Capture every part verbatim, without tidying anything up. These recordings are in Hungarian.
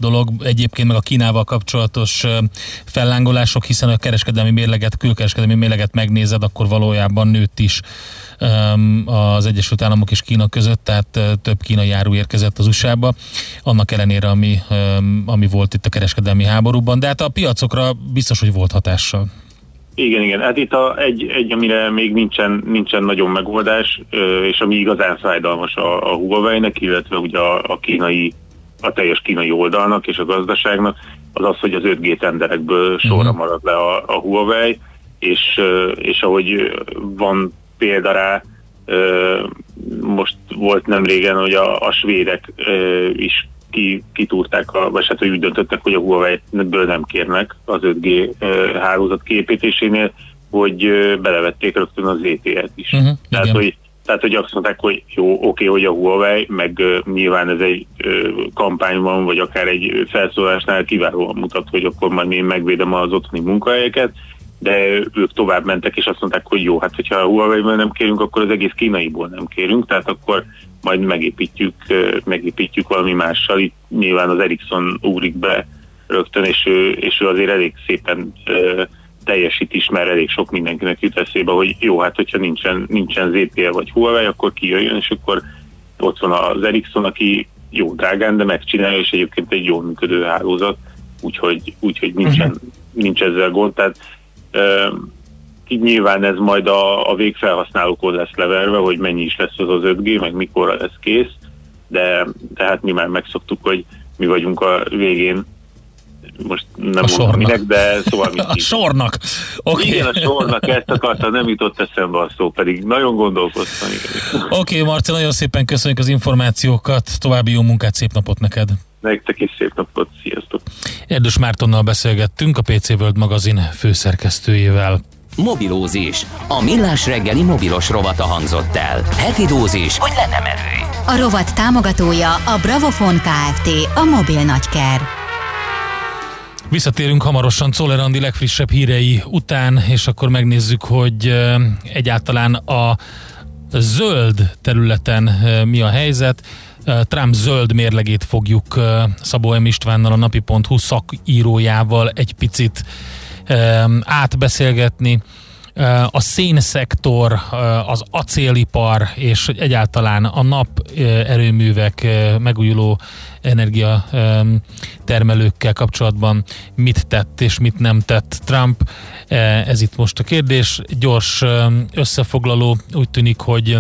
dolog. Egyébként meg a Kínával kapcsolatos fellángolások, hiszen a kereskedelmi mérleget, külkereskedelmi mérleget megnézed, akkor valójában nőtt is az Egyesült Államok és Kína között, tehát több kínai áru érkezett az u es á-ba, annak ellenére, ami, ami volt itt a kereskedelmi háborúban, de hát a piacokra biztos, hogy volt hatással. Igen, igen. Hát itt a, egy, egy, amire még nincsen, nincsen nagyon megoldás, és ami igazán fájdalmas a, a Huawei-nek, illetve ugye a, a kínai, a teljes kínai oldalnak és a gazdaságnak, az az, hogy az öt G tenderekből sorra marad le a, a Huawei, és, és ahogy van példa rá, most volt nem régen, hogy a, a svédek is ki, kitúrták, a, vagy hát, hogy úgy döntöttek, hogy a Huawei-ből nem kérnek az öt G hálózat kiépítésénél, hogy belevették rögtön az zé té é-t is. Uh-huh, tehát, hogy, tehát, hogy azt mondták, hogy jó, oké, okay, hogy a Huawei, meg uh, nyilván ez egy uh, kampányban, vagy akár egy felszólásnál kiválóan mutat, hogy akkor majd én megvédem az otthoni munkahelyeket, de ők tovább mentek, és azt mondták, hogy jó, hát hogyha a Huawei-ből nem kérünk, akkor az egész kínaiból nem kérünk, tehát akkor majd megépítjük, megépítjük valami mással. Itt nyilván az Ericsson ugrik be rögtön, és ő, és ő azért elég szépen uh, teljesít is, mert elég sok mindenkinek jut eszébe, hogy jó, hát hogyha nincsen, nincsen zé té é vagy Huawei, akkor kijöjjön, és akkor ott van az Ericsson, aki jó drágán, de megcsinálja, és egyébként egy jól működő hálózat, úgyhogy, úgyhogy nincsen, uh-huh. nincs ezzel gond. Tehát uh, nyilván ez majd a, a végfelhasználókon lesz leverve, hogy mennyi is lesz az az öt G, meg mikorra lesz kész, de, de hát mi már megszoktuk, hogy mi vagyunk a végén, most nem a mondom minek, de szóval mit A sornak! Okay. Igen, a sornak, ezt akartam, nem jutott eszembe a szó, pedig nagyon gondolkoztam. Oké, okay, Marci, nagyon szépen köszönjük az információkat, további jó munkát, szép napot neked! Nektek is szép napot, sziasztok! Erdős Mártonnal beszélgettünk, a pé cé World magazin főszerkesztőjével. Mobilózis. A millás reggeli mobilos rovata hangzott el. Heti dózis, hogy lenne merő. A rovat támogatója a Bravofon Kft. A mobil nagyker. Visszatérünk hamarosan Czoller Andi legfrissebb hírei után, és akkor megnézzük, hogy egyáltalán a zöld területen mi a helyzet. Trump zöld mérlegét fogjuk Szabó M. Istvánnal, a napi pont hu szakírójával egy picit átbeszélgetni. A szénszektor, az acélipar és egyáltalán a naperőművek, megújuló energiatermelőkkel kapcsolatban mit tett és mit nem tett Trump. Ez itt most a kérdés. Gyors összefoglaló, úgy tűnik, hogy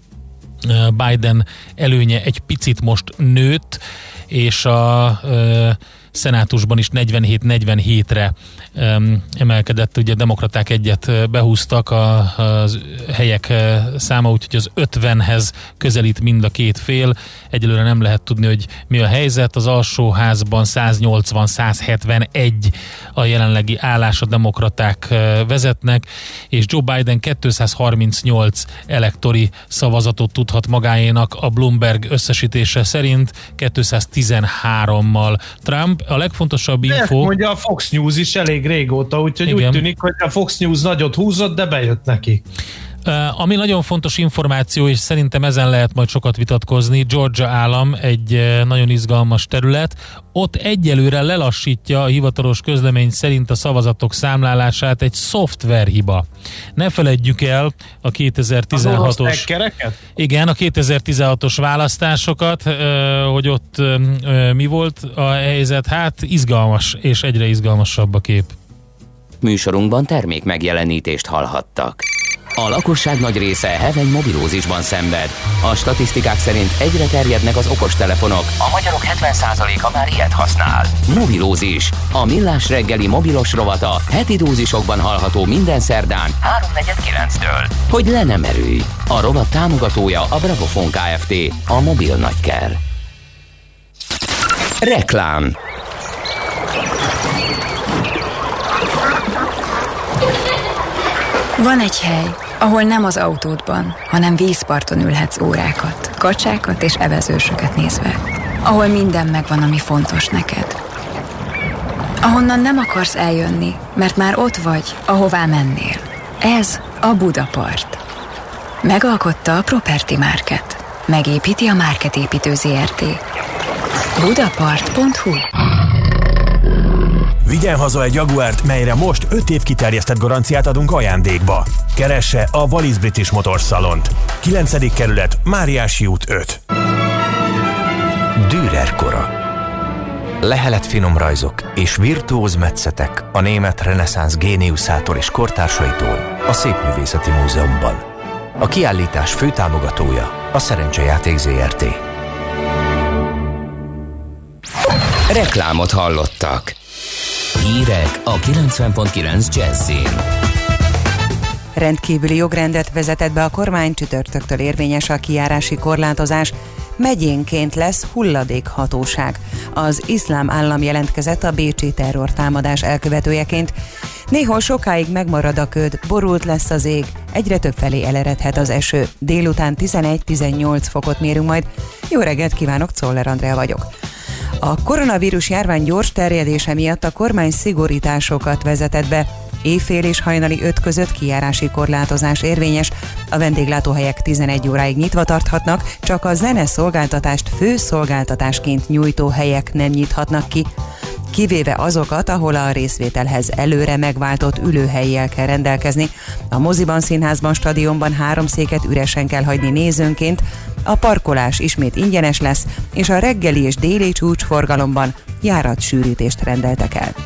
Biden előnye egy picit most nőtt, és a szenátusban is negyvenhét negyvenhétre um, emelkedett, ugye a demokraták egyet behúztak a, a helyek száma, úgyhogy az ötvenhez közelít mind a két fél. Egyelőre nem lehet tudni, hogy mi a helyzet. Az alsóházban száznyolcvan százhetvenegy a jelenlegi állás, a demokraták vezetnek, és Joe Biden kétszázharmincnyolc elektori szavazatot tudhat magáénak a Bloomberg összesítése szerint, kétszáztizenhárommal Trump. A legfontosabb info... Ezt mondja a Fox News is elég régóta, úgyhogy igen. Úgy tűnik, hogy a Fox News nagyot húzott, de bejött neki. Uh, ami nagyon fontos információ, és szerintem ezen lehet majd sokat vitatkozni, Georgia állam egy uh, nagyon izgalmas terület. Ott egyelőre lelassítja a hivatalos közlemény szerint a szavazatok számlálását egy szoftverhiba. Ne feledjük el a kétezer-tizenhatos... Igen, a kétezer-tizenhatos választásokat, uh, hogy ott uh, mi volt a helyzet. Hát izgalmas, és egyre izgalmasabb a kép. Műsorunkban termék megjelenítést hallhattak. A lakosság nagy része heveny mobilózisban szenved. A statisztikák szerint egyre terjednek az okostelefonok. A magyarok hetven százaléka már ilyet használ. Mobilózis. A millás reggeli mobilos rovata heti dózisokban hallható minden szerdán háromnegyed kilenctől. Hogy le nem erőj. A rovat támogatója a Bravofon Kft. A mobil nagyker. Reklám. Van egy hely, ahol nem az autódban, hanem vízparton ülhetsz órákat, kacsákat és evezősöket nézve. Ahol minden megvan, ami fontos neked. Ahonnan nem akarsz eljönni, mert már ott vagy, ahová mennél. Ez a Budapart. Megalkotta a Property Market. Megépíti a Market építő zé er té. budapart pont hu. Vigyen haza egy Jaguárt, melyre most öt év kiterjesztett garanciát adunk ajándékba. Keresse a Wallis British Motors szalont. kilencedik kerület, Máriási út öt. Dürer kora. Lehelet finom rajzok és virtuóz metszetek a német reneszánsz géniuszától és kortársaitól a Szépművészeti Múzeumban. A kiállítás főtámogatója a Szerencsejáték zé er té. Reklámot hallottak. Hírek a kilencven pont kilenc Jazzin. Rendkívüli jogrendet vezetett be a kormány, csütörtöktől érvényes a kijárási korlátozás. Megyénként lesz hulladékhatóság. Az Iszlám Állam jelentkezett a bécsi terrortámadás elkövetőjeként. Néhol sokáig megmarad a köd, borult lesz az ég, egyre több felé eleredhet az eső. Délután tizenegy-tizennyolc fokot mérünk majd. Jó reggelt kívánok, Czoller Andrea vagyok. A koronavírus járvány gyors terjedése miatt a kormány szigorításokat vezetett be. Éjfél és hajnali öt között kijárási korlátozás érvényes. A vendéglátóhelyek tizenegy óráig nyitva tarthatnak, csak a zeneszolgáltatást főszolgáltatásként nyújtó helyek nem nyithatnak ki, kivéve azokat, ahol a részvételhez előre megváltott ülőhellyel kell rendelkezni. A moziban, színházban, stadionban három széket üresen kell hagyni nézőnként, a parkolás ismét ingyenes lesz, és a reggeli és déli csúcsforgalomban járatsűrítést rendeltek el.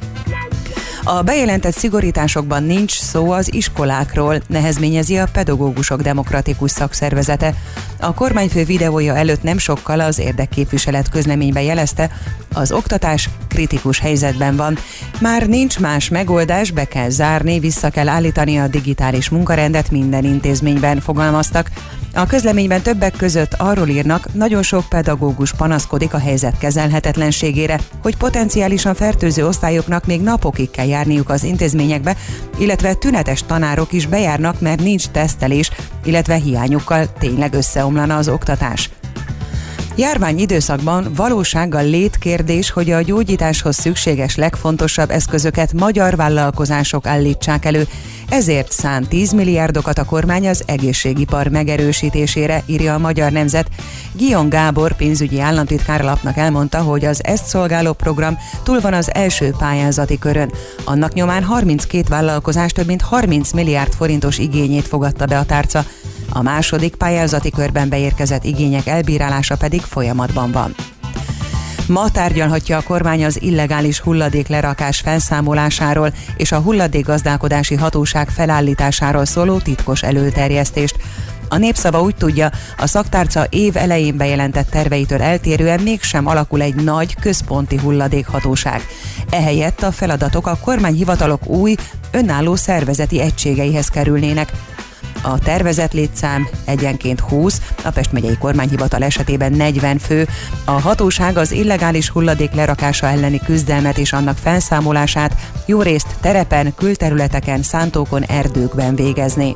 A bejelentett szigorításokban nincs szó az iskolákról, nehezményezi a Pedagógusok Demokratikus Szakszervezete. A kormányfő videója előtt nem sokkal az érdekképviselet közleménybe jelezte, az oktatás kritikus helyzetben van. Már nincs más megoldás, be kell zárni, vissza kell állítani a digitális munkarendet minden intézményben, fogalmaztak. A közleményben többek között arról írnak, nagyon sok pedagógus panaszkodik a helyzet kezelhetetlenségére, hogy potenciálisan fertőző osztályoknak még napokig kell járniuk az intézményekbe, illetve tünetes tanárok is bejárnak, mert nincs tesztelés, illetve hiányukkal tényleg összeomlana az oktatás. Járvány időszakban valósággal létkérdés, hogy a gyógyításhoz szükséges legfontosabb eszközöket magyar vállalkozások állítsák elő. Ezért szánt tíz milliárdokat a kormány az egészségipar megerősítésére, írja a Magyar Nemzet. Guillaume Gábor pénzügyi államtitkár lapnak elmondta, hogy az ezt szolgáló program túl van az első pályázati körön. Annak nyomán harminckét vállalkozás több mint harminc milliárd forintos igényét fogadta be a tárca. A második pályázati körben beérkezett igények elbírálása pedig folyamatban van. Ma tárgyalhatja a kormány az illegális hulladéklerakás felszámolásáról és a hulladékgazdálkodási hatóság felállításáról szóló titkos előterjesztést. A Népszava úgy tudja, a szaktárca év elején bejelentett terveitől eltérően mégsem alakul egy nagy központi hulladékhatóság. Ehelyett a feladatok a kormányhivatalok új, önálló szervezeti egységeihez kerülnének. A tervezett létszám egyenként húsz, a Pest megyei kormányhivatal esetében negyven fő. A hatóság az illegális hulladék lerakása elleni küzdelmet és annak felszámolását jó részt terepen, külterületeken, szántókon, erdőkben végezni.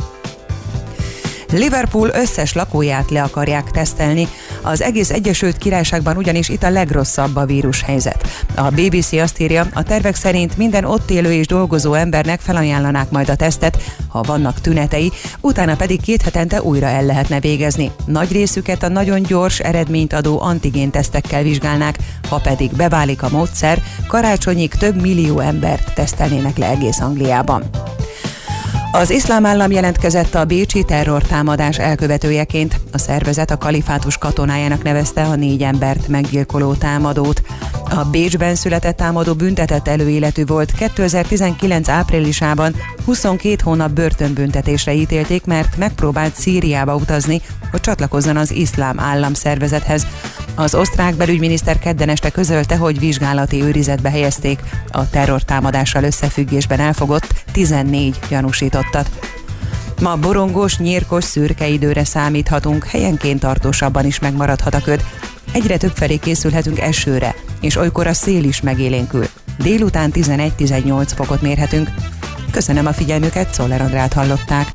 Liverpool összes lakóját le akarják tesztelni. Az egész Egyesült Királyságban ugyanis itt a legrosszabb a vírushelyzet. A bé bé cé azt írja, a tervek szerint minden ott élő és dolgozó embernek felajánlanák majd a tesztet, ha vannak tünetei, utána pedig két hetente újra el lehetne végezni. Nagy részüket a nagyon gyors eredményt adó antigéntesztekkel vizsgálnák, ha pedig beválik a módszer, karácsonyig több millió embert tesztelnének le egész Angliában. Az Iszlám Állam jelentkezett a bécsi terrortámadás elkövetőjeként. A szervezet a kalifátus katonájának nevezte a négy embert meggyilkoló támadót. A Bécsben született támadó büntetett előéletű volt. kétezer-tizenkilenc áprilisában huszonkét hónap börtönbüntetésre ítélték, mert megpróbált Szíriába utazni, hogy csatlakozzon az Iszlám Állam szervezethez. Az osztrák belügyminiszter kedden este közölte, hogy vizsgálati őrizetbe helyezték a terrortámadással összefüggésben elfogott tizennégy gyanúsítottat. Ma borongós, nyírkos, szürke időre számíthatunk, helyenként tartósabban is megmaradhat a köd. Egyre több felé készülhetünk esőre, és olykor a szél is megélénkül. Délután tizenegy-tizennyolc fokot mérhetünk. Köszönöm a figyelmüket, Czoller Andrát hallották.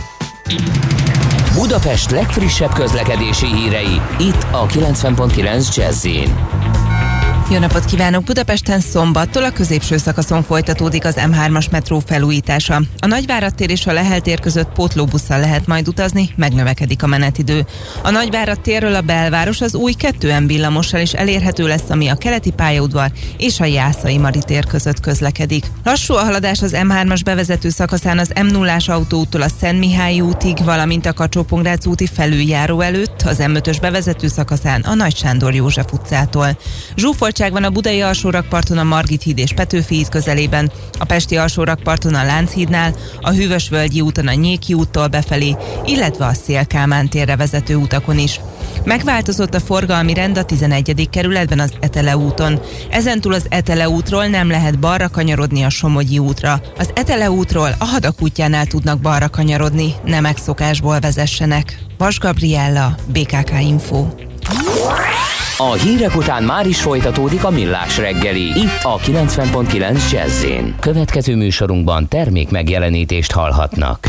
Budapest legfrissebb közlekedési hírei, itt a kilencven pont kilenc Jazz-in. Jó napot kívánok! Budapesten szombattól a középső szakaszon folytatódik az em hármas metró felújítása. A Nagyvárad tér és a Lehel tér között pótlóbusszal lehet majd utazni, megnövekedik a menetidő. A Nagyvárad térről a belváros az új kettő M villamossal is elérhető lesz, ami a keleti pályaudvar és a Jászai Mari tér között közlekedik. Lassú a haladás az em hármas bevezető szakaszán az em nullás autóúttól a Szentmihályi útig, valamint a Kacsó-Pongrác úti felüljáró előtt, az em ötös bevezető szakaszán a Nagy Sándor József utcától. Zsúfoltság van a budai alsórakparton a Margit híd és Petőfi híd közelében, a pesti alsórakparton a Lánchídnál, a Hűvösvölgyi úton a Nyéki úttól befelé, illetve a Széll-Kálmán térre vezető utakon is. Megváltozott a forgalmi rend a tizenegyedik kerületben az Etele úton. Ezentúl az Etele útról nem lehet balra kanyarodni a Somogyi útra. Az Etele útról a Hadak útjánál tudnak balra kanyarodni, ne megszokásból vezessenek. Vas Gabriella, bé ká ká Info. A hírek után már is folytatódik a Millás reggeli, itt a kilencven pont kilenc Jazz-én. Következő műsorunkban termék megjelenítést hallhatnak.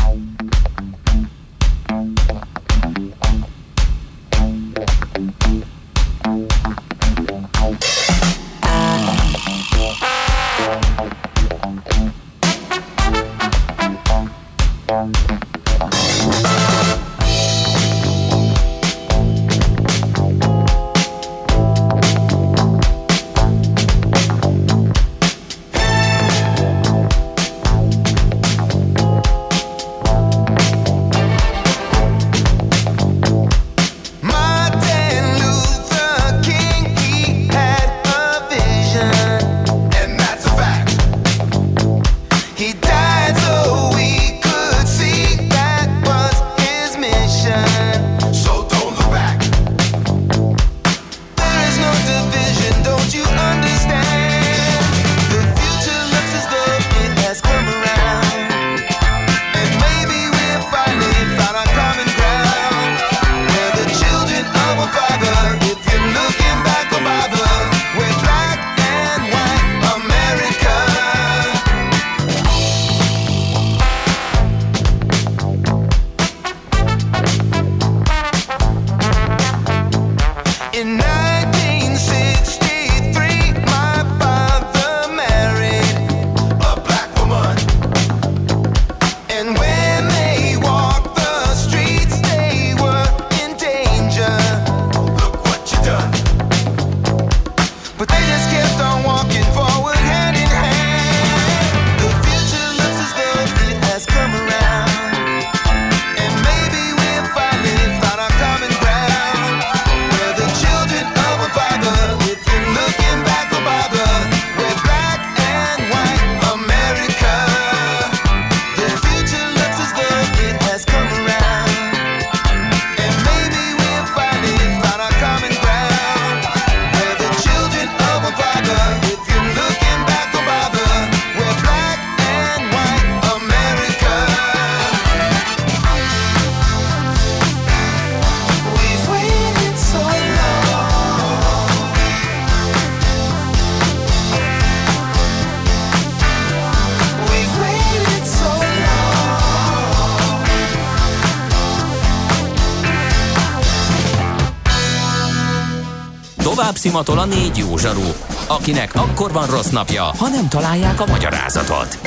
Tovább szimatol a négy jó zsaru, akinek akkor van rossz napja, ha nem találják a magyarázatot.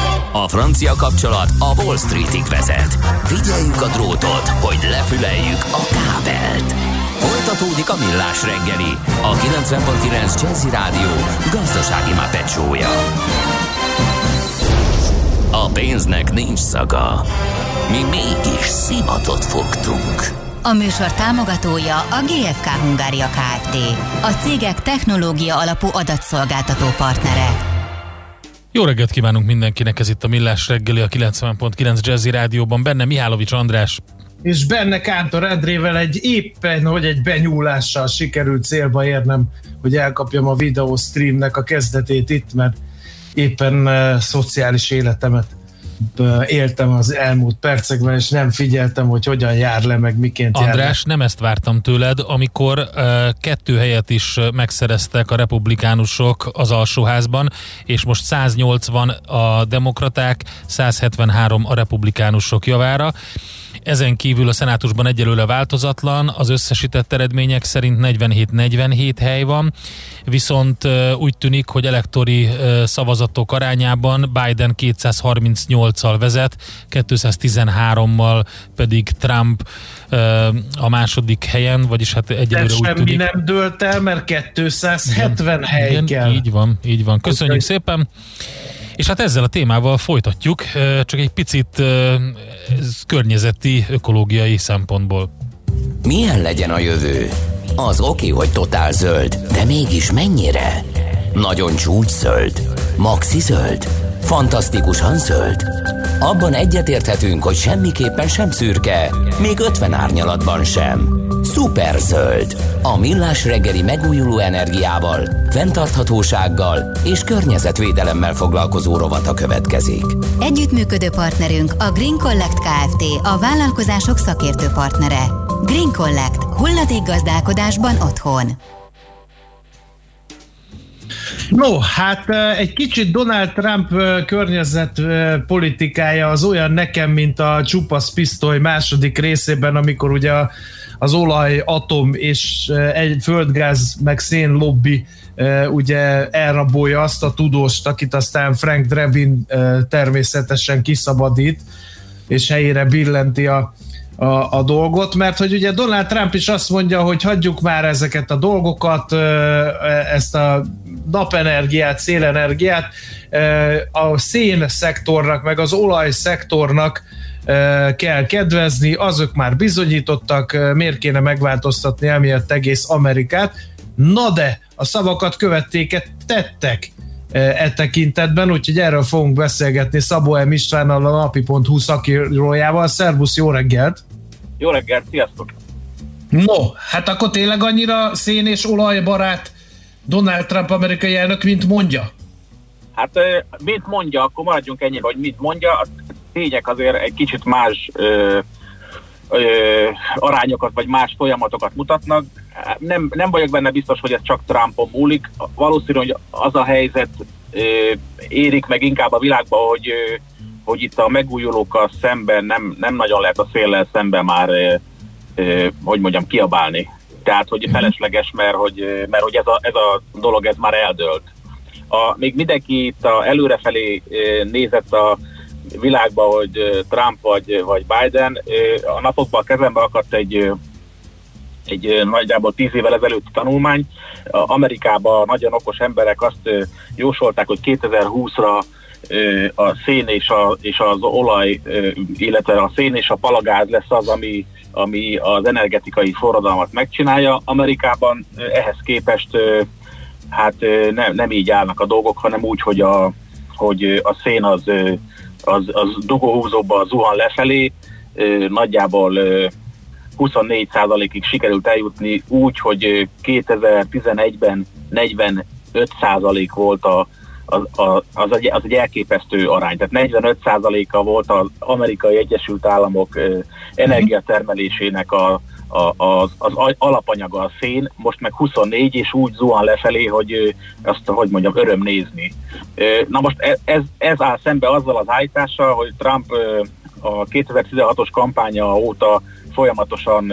A francia kapcsolat a Wall Streetig vezet. Figyeljük a drótot, hogy lefüleljük a kábelt. Folytatódik a Millás reggeli, a kilencven pont kilenc Jazzy Rádió gazdasági Muppet show-ja. A pénznek nincs szaga. Mi mégis szimatot fogtunk. A műsor támogatója a gé ef ká Hungária Kft. A cégek technológia alapú adatszolgáltató partnere. Jó reggelt kívánunk mindenkinek, ez itt a Millás reggeli, a kilencven pont kilenc Jazzy Rádióban, benne Mihálovics András. És benne Kántor Endrével egy éppen, hogy egy benyúlással sikerült célba érnem, hogy elkapjam a videó streamnek a kezdetét itt, mert éppen uh, szociális életemet éltem az elmúlt percekben, és nem figyeltem, hogy hogyan jár le, meg miként jár András, le. nem ezt vártam tőled, amikor uh, kettő helyet is megszereztek a republikánusok az alsóházban, és most száznyolcvan a demokraták, százhetvenhárom a republikánusok javára. Ezen kívül a szenátusban egyelőre változatlan, az összesített eredmények szerint negyvenhét negyvenhét hely van, viszont úgy tűnik, hogy elektori szavazatok arányában Biden kétszázharmincnyolccal vezet, kétszáztizenhárommal pedig Trump a második helyen, vagyis hát egyelőre de úgy semmi tűnik. nem dőlt el, mert kétszázhetven igen, hely igen, kell. Így van, így van. Köszönjük okay. szépen! És hát ezzel a témával folytatjuk, csak egy picit környezeti, ökológiai szempontból. Milyen legyen a jövő? Az oké, hogy totál zöld, de mégis mennyire? Nagyon csúcs zöld? Maxi zöld? Fantasztikusan zöld? Abban egyetérthetünk, hogy semmiképpen sem szürke, még ötven árnyalatban sem. Szuper zöld. A Millás reggeli megújuló energiával, fenntarthatósággal és környezetvédelemmel foglalkozó rovata következik. Együttműködő partnerünk a Green Collect Kft. A vállalkozások szakértő partnere. Green Collect. Hulladékgazdálkodásban otthon. No, hát egy kicsit Donald Trump környezetpolitikája az olyan nekem, mint a Csupasz pisztoly második részében, amikor ugye az olaj, atom és egy földgáz meg szén lobby ugye elrabolja azt a tudóst, akit aztán Frank Drebin természetesen kiszabadít, és helyére billenti a A, a dolgot, mert hogy ugye Donald Trump is azt mondja, hogy hagyjuk már ezeket a dolgokat, ezt a napenergiát, szélenergiát, a szén szektornak, meg az olaj szektornak kell kedvezni, azok már bizonyítottak, miért kéne megváltoztatni emiatt egész Amerikát. Na de a szavakat követték, tettek e tekintetben, úgyhogy erről fogunk beszélgetni Szabó M. Istvánnal, a napi pont hu szakírójával. Szervusz, jó reggelt! Jó reggelt, sziasztok! No, hát akkor tényleg annyira szén és olajbarát Donald Trump amerikai elnök, mint mondja? Hát, mint mondja, akkor maradjunk ennyi, hogy mit mondja. A tények azért egy kicsit más ö, ö, arányokat, vagy más folyamatokat mutatnak. Nem, nem vagyok benne biztos, hogy ez csak Trumpon múlik. Valószínű, hogy az a helyzet ö, érik meg inkább a világba, hogy, ö, hogy itt a megújulókkal szemben nem, nem nagyon lehet a széllel szemben már, ö, ö, hogy mondjam, kiabálni. Tehát, hogy felesleges, mert hogy, mert hogy ez, a, ez a dolog ez már eldőlt. A, még mindenki itt a előrefelé nézett a világba, hogy Trump vagy, vagy Biden. A napokban a kezembe akadt egy, egy nagyjából tíz évvel ezelőtti tanulmány. Amerikában nagyon okos emberek azt jósolták, hogy kétezer-húszra a szén és, a, és az olaj, illetve a szén és a palagáz lesz az, ami, ami az energetikai forradalmat megcsinálja. Amerikában ehhez képest hát nem, nem így állnak a dolgok, hanem úgy, hogy a, hogy a szén az, az, az dugóhúzóban zuhan lefelé, nagyjából huszonnégy százalékig sikerült eljutni úgy, hogy kétezer-tizenegyben negyvenöt százalék volt a, az, az, egy, az egy elképesztő arány. Tehát negyvenöt százaléka volt az Amerikai Egyesült Államok energiatermelésének a Az, az alapanyaga a szén, most meg huszonnégy, és úgy zuhan lefelé, hogy azt, hogy mondjam, öröm nézni. Na most ez, ez áll szembe azzal az állítással, hogy Trump a kétezer-tizenhatos kampánya óta folyamatosan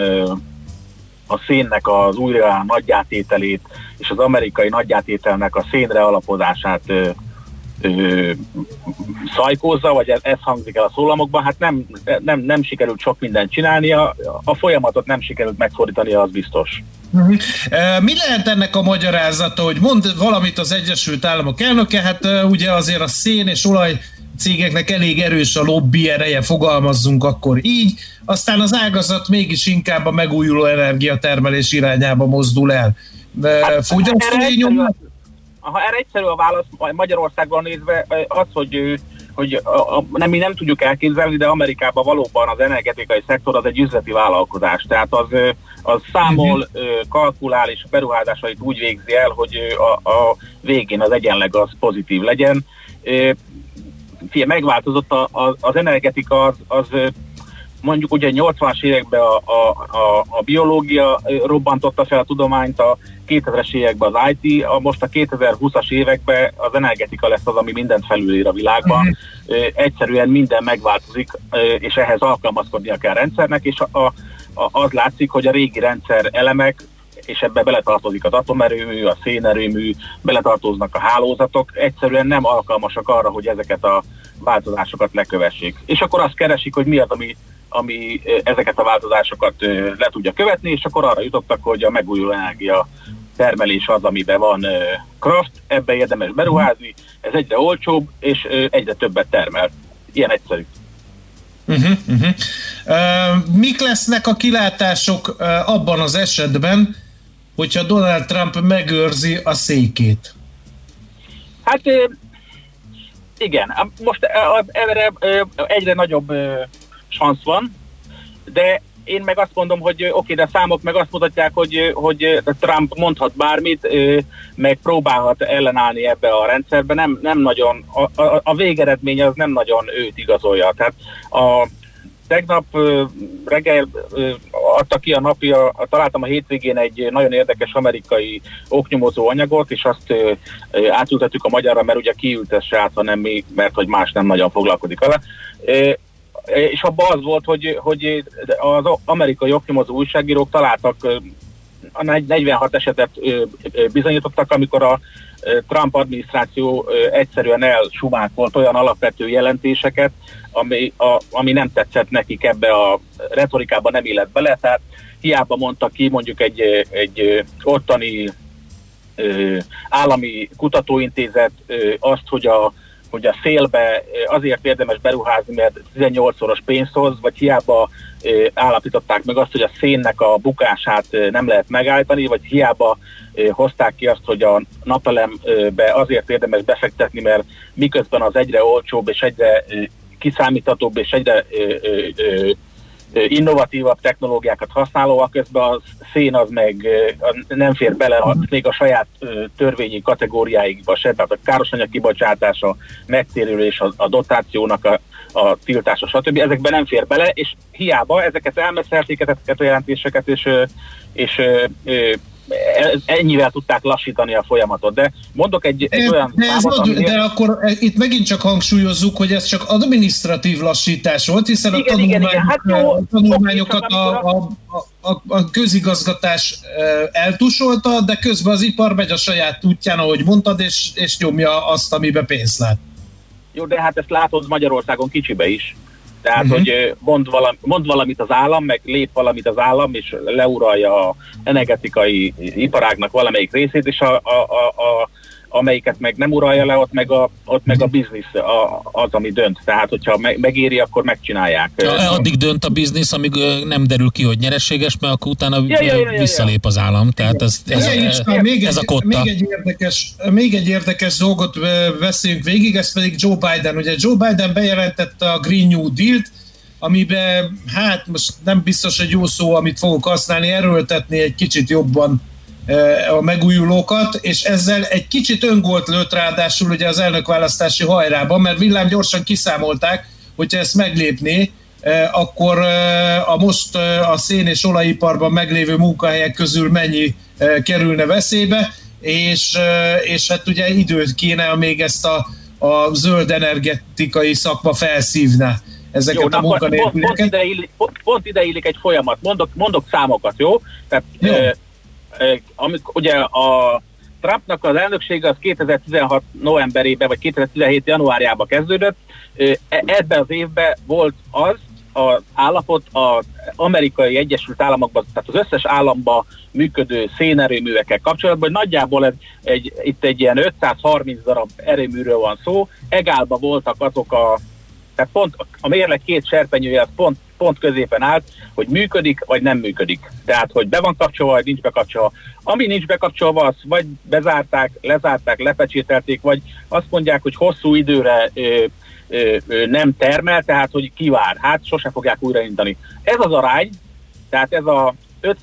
a szénnek az újra nagyjátételét és az amerikai nagyjátételnek a szénre alapozását Ö, szajkózza, vagy ez, ez hangzik el a szólamokban, hát nem, nem, nem sikerült sok mindent csinálnia, a folyamatot nem sikerült megfordítania, az biztos. Uh-huh. Mi lehet ennek a magyarázata, hogy mond valamit az Egyesült Államok elnöke, hát ugye azért a szén és olaj cégeknek elég erős a lobby ereje, fogalmazzunk akkor így, aztán az ágazat mégis inkább a megújuló energiatermelés irányába mozdul el. Hát, fogyasztói nyomás? Ha erre egyszerű a válasz, Magyarországon nézve az, hogy, hogy a, a, nem, mi nem tudjuk elképzelni, de Amerikában valóban az energetikai szektor az egy üzleti vállalkozás. Tehát az, az számol, kalkulál és a beruházásait úgy végzi el, hogy a, a végén az egyenleg az pozitív legyen. Figyelj, megváltozott a, a, az energetika, az, az mondjuk ugye nyolcvanas években a, a, a, a biológia robbantotta fel a tudományt, a kétezres években az i té, a most a kétezer-húszas években az energetika lesz az, ami mindent felülír a világban. Mm-hmm. Egyszerűen minden megváltozik, és ehhez alkalmazkodnia kell a rendszernek, és a, a, az látszik, hogy a régi rendszer elemek, és ebbe beletartozik az atomerőmű, a szénerőmű, beletartoznak a hálózatok, egyszerűen nem alkalmasak arra, hogy ezeket a változásokat lekövessék. És akkor azt keresik, hogy mi az, ami, ami ezeket a változásokat le tudja követni, és akkor arra jutottak, hogy a megújuló energia termelés az, amiben van kraft, ebbe érdemes beruházni, ez egyre olcsóbb, és egyre többet termel. Ilyen egyszerű. Uh-huh, uh-huh. Uh, mik lesznek a kilátások uh, abban az esetben, hogyha Donald Trump megőrzi a székét? Hát igen, most erre egyre nagyobb szansz van, de én meg azt mondom, hogy oké, de a számok meg azt mutatják, hogy, hogy Trump mondhat bármit, meg próbálhat ellenállni ebbe a rendszerbe, nem, nem nagyon, a, a, a végeredmény az nem nagyon őt igazolja. Tehát a tegnap reggel adta ki a napja, találtam a hétvégén egy nagyon érdekes amerikai oknyomozó anyagot, és azt átültettük a magyarra, mert ugye kiültesse át, hanem mi, mert hogy más nem nagyon foglalkozik vele. És abban az volt, hogy, hogy az amerikai oknyomozó újságírók találtak, negyvenhat esetet bizonyítottak, amikor a Trump adminisztráció egyszerűen elsumákolt olyan alapvető jelentéseket, ami, a, ami nem tetszett nekik, ebbe a retorikába nem illett bele, tehát hiába mondta ki mondjuk egy, egy ottani állami kutatóintézet azt, hogy a hogy a szélbe azért érdemes beruházni, mert tizennyolcszoros pénzt hoz, vagy hiába állapították meg azt, hogy a szénnek a bukását nem lehet megállítani, vagy hiába hozták ki azt, hogy a napelembe azért érdemes befektetni, mert miközben az egyre olcsóbb és egyre kiszámíthatóbb és egyre innovatívabb technológiákat használóak, közben a szén az meg nem fér bele még a saját törvényi kategóriáikba se, tehát a károsanyag kibocsátása, megtérülés, a, a dotációnak a, a tiltása, stb. Ezekben nem fér bele, és hiába ezeket elmeszelték, ezeket a jelentéseket, és, és, és ennyivel tudták lassítani a folyamatot, de mondok egy, egy olyan de, számot, nagy, aminél... de akkor itt megint csak hangsúlyozzuk, hogy ez csak adminisztratív lassítás volt, hiszen igen, a, tanulmány, igen, igen. Hát jó, a tanulmányokat a, a, a, a közigazgatás eltusolta, de közben az ipar megy a saját útján, ahogy mondtad, és, és nyomja azt, amiben pénzt lát. Jó, de hát ezt látod Magyarországon kicsibe is. Tehát, uh-huh. hogy mond, valami, mond valamit az állam, meg lép valamit az állam, és leuralja a energetikai iparágnak valamelyik részét, és a, a, a, a, amelyiket meg nem uralja le, ott meg a, ott meg a biznisz a, az, ami dönt. Tehát, hogyha me, megéri, akkor megcsinálják. Ja, addig dönt a biznisz, amíg nem derül ki, hogy nyereséges, mert akkor utána ja, ja, ja, ja, visszalép az állam. Tehát ez, ez, ez, ez, ez, még ez egy, a kotta. Még egy, érdekes, még egy érdekes dolgot beszéljünk végig, ez pedig Joe Biden. Ugye Joe Biden bejelentette a Green New Deal-t, amiben, hát most nem biztos, hogy jó szó, amit fogok használni, erőltetni egy kicsit jobban a megújulókat, és ezzel egy kicsit öngolt lőtt ráadásul ugye az elnökválasztási hajrában, mert villám gyorsan kiszámolták, hogyha ezt meglépné, akkor a most a szén- és olajiparban meglévő munkahelyek közül mennyi kerülne veszélybe, és, és hát ugye időt kéne, még ezt a, a zöld energetikai szakma felszívná ezeket jó, a munkanélküleket. Pont, pont, ide illik, pont, pont ide illik egy folyamat. Mondok, mondok számokat, jó? Tehát jó. E, e, amikor ugye a Trumpnak az elnöksége az kétezer-tizenhat novemberében, vagy kétezer-tizenhét januárjában kezdődött. E, ebben az évben volt az az állapot az Amerikai Egyesült Államokban, tehát az összes államban működő szénerőművekkel kapcsolatban, hogy nagyjából egy, egy, itt egy ilyen ötszázharminc darab erőműről van szó, egálban voltak azok a, tehát pont a mérleg két serpenyője az pont, pont középen állt, hogy működik, vagy nem működik. Tehát, hogy be van kapcsolva, vagy nincs bekapcsolva. Ami nincs bekapcsolva, az vagy bezárták, lezárták, lepecsételték, vagy azt mondják, hogy hosszú időre ö, ö, ö, nem termel, tehát, hogy kivár. Hát sose fogják újraindítani. Ez az arány, tehát ez a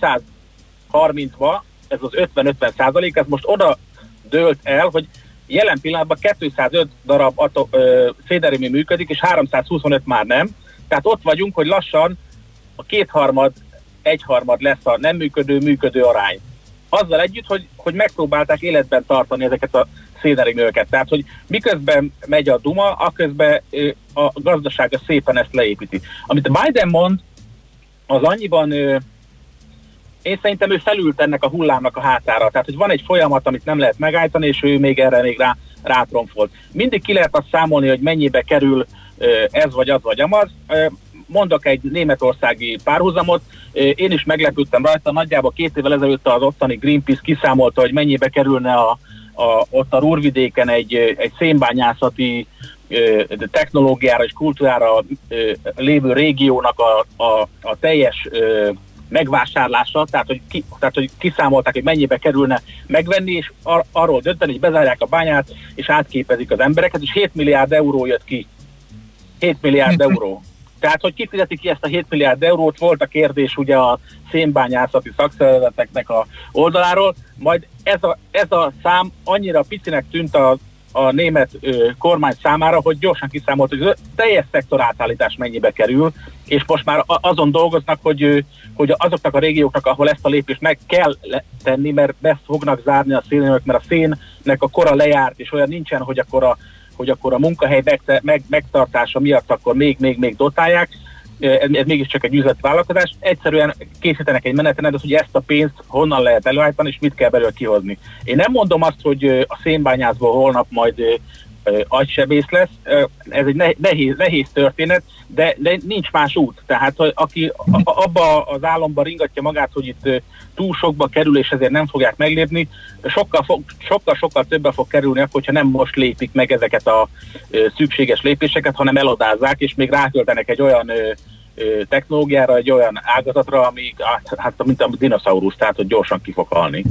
ötszázharmincba, ez az ötven-ötven százalék, ez most oda dőlt el, hogy jelen pillanatban kétszázöt darab szénerőmű működik, és háromszázhuszonöt már nem. Tehát ott vagyunk, hogy lassan a kétharmad, egyharmad lesz a nem működő, működő arány. Azzal együtt, hogy, hogy megpróbálták életben tartani ezeket a szénerőműveket. Tehát, hogy miközben megy a duma, aközben a gazdasága szépen ezt leépíti. Amit a Biden mond, az annyiban, én szerintem ő felült ennek a hullámnak a hátára. Tehát, hogy van egy folyamat, amit nem lehet megállítani, és ő még erre még rá, rátromfolt. Mindig ki lehet azt számolni, hogy mennyibe kerül ez vagy az vagy amaz. Mondok egy németországi párhuzamot, én is meglepődtem rajta, nagyjából két évvel ezelőtt az ottani Greenpeace kiszámolta, hogy mennyibe kerülne a, a, ott a Ruhrvidéken egy, egy szénbányászati technológiára és kultúrára lévő régiónak a, a, a teljes megvásárlása, tehát hogy, ki, tehát hogy kiszámolták, hogy mennyibe kerülne megvenni, és ar, arról dönteni, hogy bezárják a bányát, és átképezik az embereket, és hét milliárd euró jött ki. hét milliárd euró. Tehát, hogy kifizeti ki ezt a hét milliárd eurót, volt a kérdés ugye a szénbányászati szakszervezeteknek a oldaláról, majd ez a, ez a szám annyira picinek tűnt a, a német ö, kormány számára, hogy gyorsan kiszámolt, hogy a teljes szektor átállítás mennyibe kerül, és most már azon dolgoznak, hogy, hogy azoknak a régióknak, ahol ezt a lépést meg kell tenni, mert be fognak zárni a szénerőművek, mert a szénnek a kora lejárt, és olyan nincsen, hogy akkor a hogy akkor a munkahely meg, meg, megtartása miatt akkor még-még-még dotálják, ez, ez mégiscsak egy üzleti vállalkozás, egyszerűen készítenek egy menetrendet, hogy ezt a pénzt honnan lehet előállítani, és mit kell belőle kihozni. Én nem mondom azt, hogy a szénbányászból holnap majd agysebész lesz, ez egy nehéz, nehéz történet, de, de nincs más út. Tehát aki abba az államban ringatja magát, hogy itt túl sokba kerül, és ezért nem fogják meglépni, sokkal-sokkal többe fog kerülni, akkor, hogyha nem most lépik meg ezeket a szükséges lépéseket, hanem elodázzák, és még ráköltenek egy olyan technológiára, egy olyan ágazatra, ami hát, mint a dinoszaurusz, tehát hogy gyorsan ki fog halni.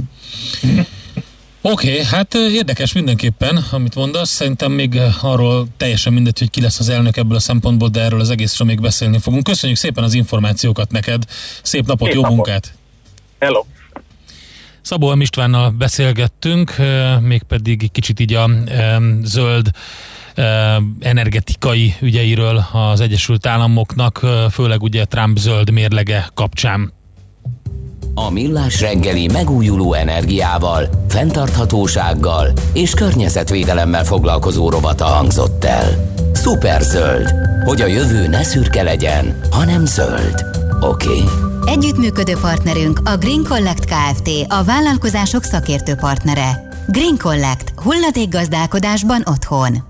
Oké, okay, hát érdekes mindenképpen, amit mondasz. Szerintem még arról teljesen mindegy, hogy ki lesz az elnök ebből a szempontból, de erről az egészről még beszélni fogunk. Köszönjük szépen az információkat neked. Szép napot, Szép jó napot. Munkát! Hello! Szabó M. Istvánnal beszélgettünk, mégpedig kicsit így a zöld energetikai ügyeiről az Egyesült Államoknak, főleg ugye Trump zöld mérlege kapcsán. A Millás reggeli megújuló energiával, fenntarthatósággal és környezetvédelemmel foglalkozó rovata hangzott el. Szuperzöld, hogy a jövő ne szürke legyen, hanem zöld. Oké. Okay. Együttműködő partnerünk a Green Collect Kft., a vállalkozások szakértő partnere. Green Collect. Hulladékgazdálkodásban otthon.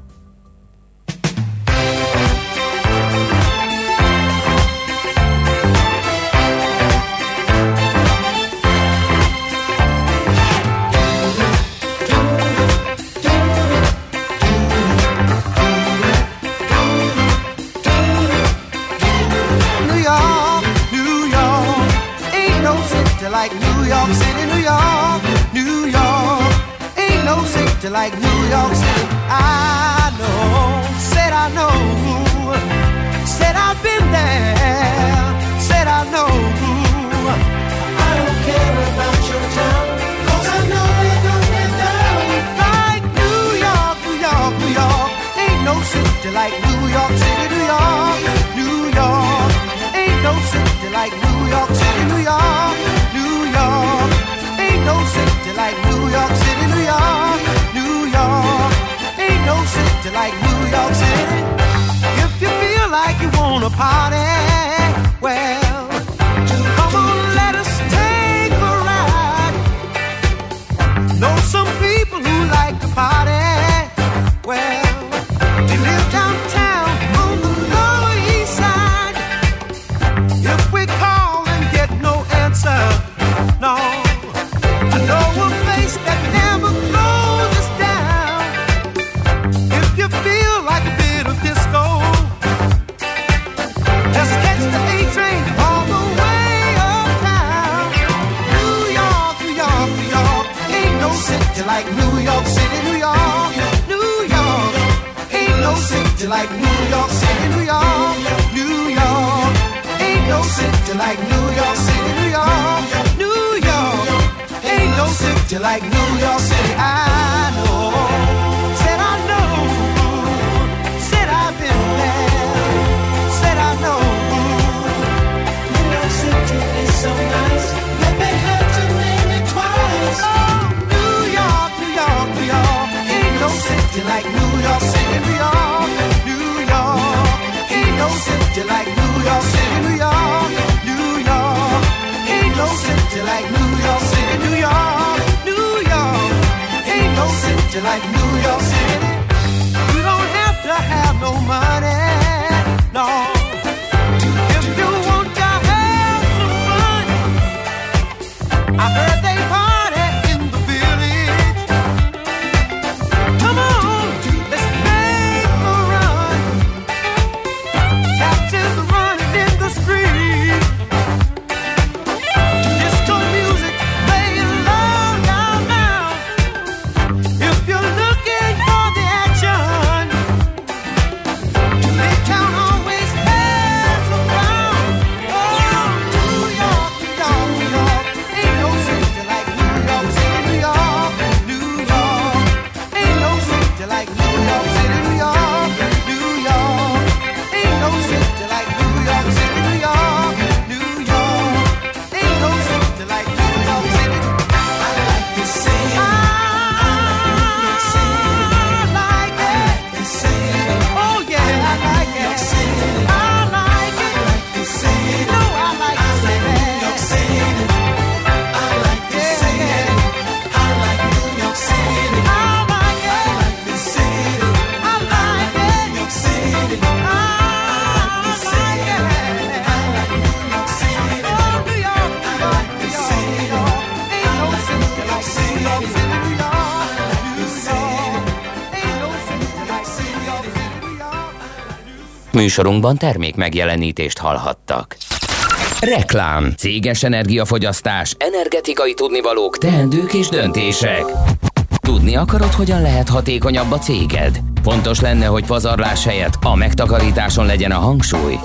Like New York City, New York, New York. Ain't no city like New York City. I know, said I know, said I've been there, said I know. I don't care about your town, 'cause I know it don't get down. Like New York, New York, New York. Ain't no city like New York City, New York, New York. Ain't no city like New York City, New York. Ain't no city like New York City, New York, New York. Ain't no city like New York City. If you feel like you wanna party, well, come on, let us take a ride. Know some people who like to party, well, they live downtown on the Lower East Side. If we call and get no answer, no, I know a place that never closes down. If you feel like a bit of disco, let's catch the A train all the way uptown. New York, New York, New York. Ain't no city like New York City, New York, New York. Ain't no city like New York City, New York, New York. Ain't no city like New York City, New York, New York. Ain't no city like New York City. I know, said I know, said I've been there, said I know. New York City, New York, New York. Ain't no city like New York City, New York, New York. Ain't no city like New York City, New York, New York. Ain't no city like New York City. You don't have to have no money, no. If you want to have some fun, I heard they party in the village. Come on, let's make a run. Taxis running in the street. Disco music playing loud, loud, loud. If you're looking for the action, Big Town always has a crowd. Oh, New York, New York, New York. Ain't no city like New York City, New York, New York. Ain't no city like New York City, New York, New York. Ain't no city like New York City, New York, New York. Ain't no city like New York City. I like to say it. I like it. Oh yeah, I like it. I like it. No, I like to say that. I like to say it. I like New York City. I like it. I like it. New York City. I like it. I like New York City. Oh, New York, New York, New York, New York. Ain't no city like New York City, New York, New York. Ain't no city like New York City, New York. Műsorunkban termék megjelenítést hallhattak. Reklám, céges energiafogyasztás, energetikai tudnivalók, teendők és döntések. Tudni akarod, hogyan lehet hatékonyabb a céged? Fontos lenne, hogy pazarlás helyett a megtakarításon legyen a hangsúly.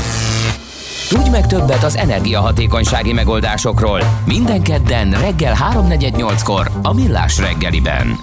Tudj meg többet az energiahatékonysági megoldásokról minden kedden reggel háromnegyed nyolckor a Millás reggeliben.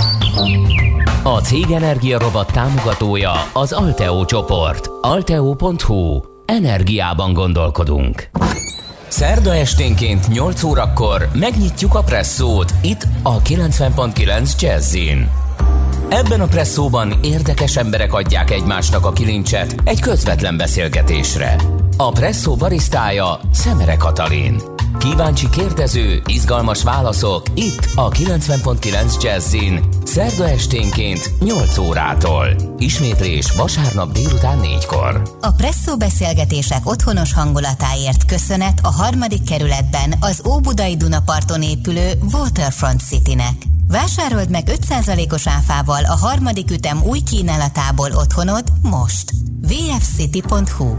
A Cég Energia Robot támogatója az Alteo csoport. alteo pont hu. Energiában gondolkodunk. Szerda esténként nyolc órakor megnyitjuk a presszót itt a kilencven pont kilenc Jazzin. Ebben a presszóban érdekes emberek adják egymásnak a kilincset egy közvetlen beszélgetésre. A presszó barisztája Szemere Katalin. Kíváncsi kérdező, izgalmas válaszok itt a kilencven pont kilenc Jazzin. Szerda esténként nyolc órától. Ismétlés vasárnap délután négykor. A presszó beszélgetések otthonos hangulatáért köszönet a harmadik kerületben az Óbudai Dunaparton épülő Waterfront Citynek. Vásárold meg öt százalékos áfával a harmadik ütem új kínálatából otthonod most. vé ef city pont hu.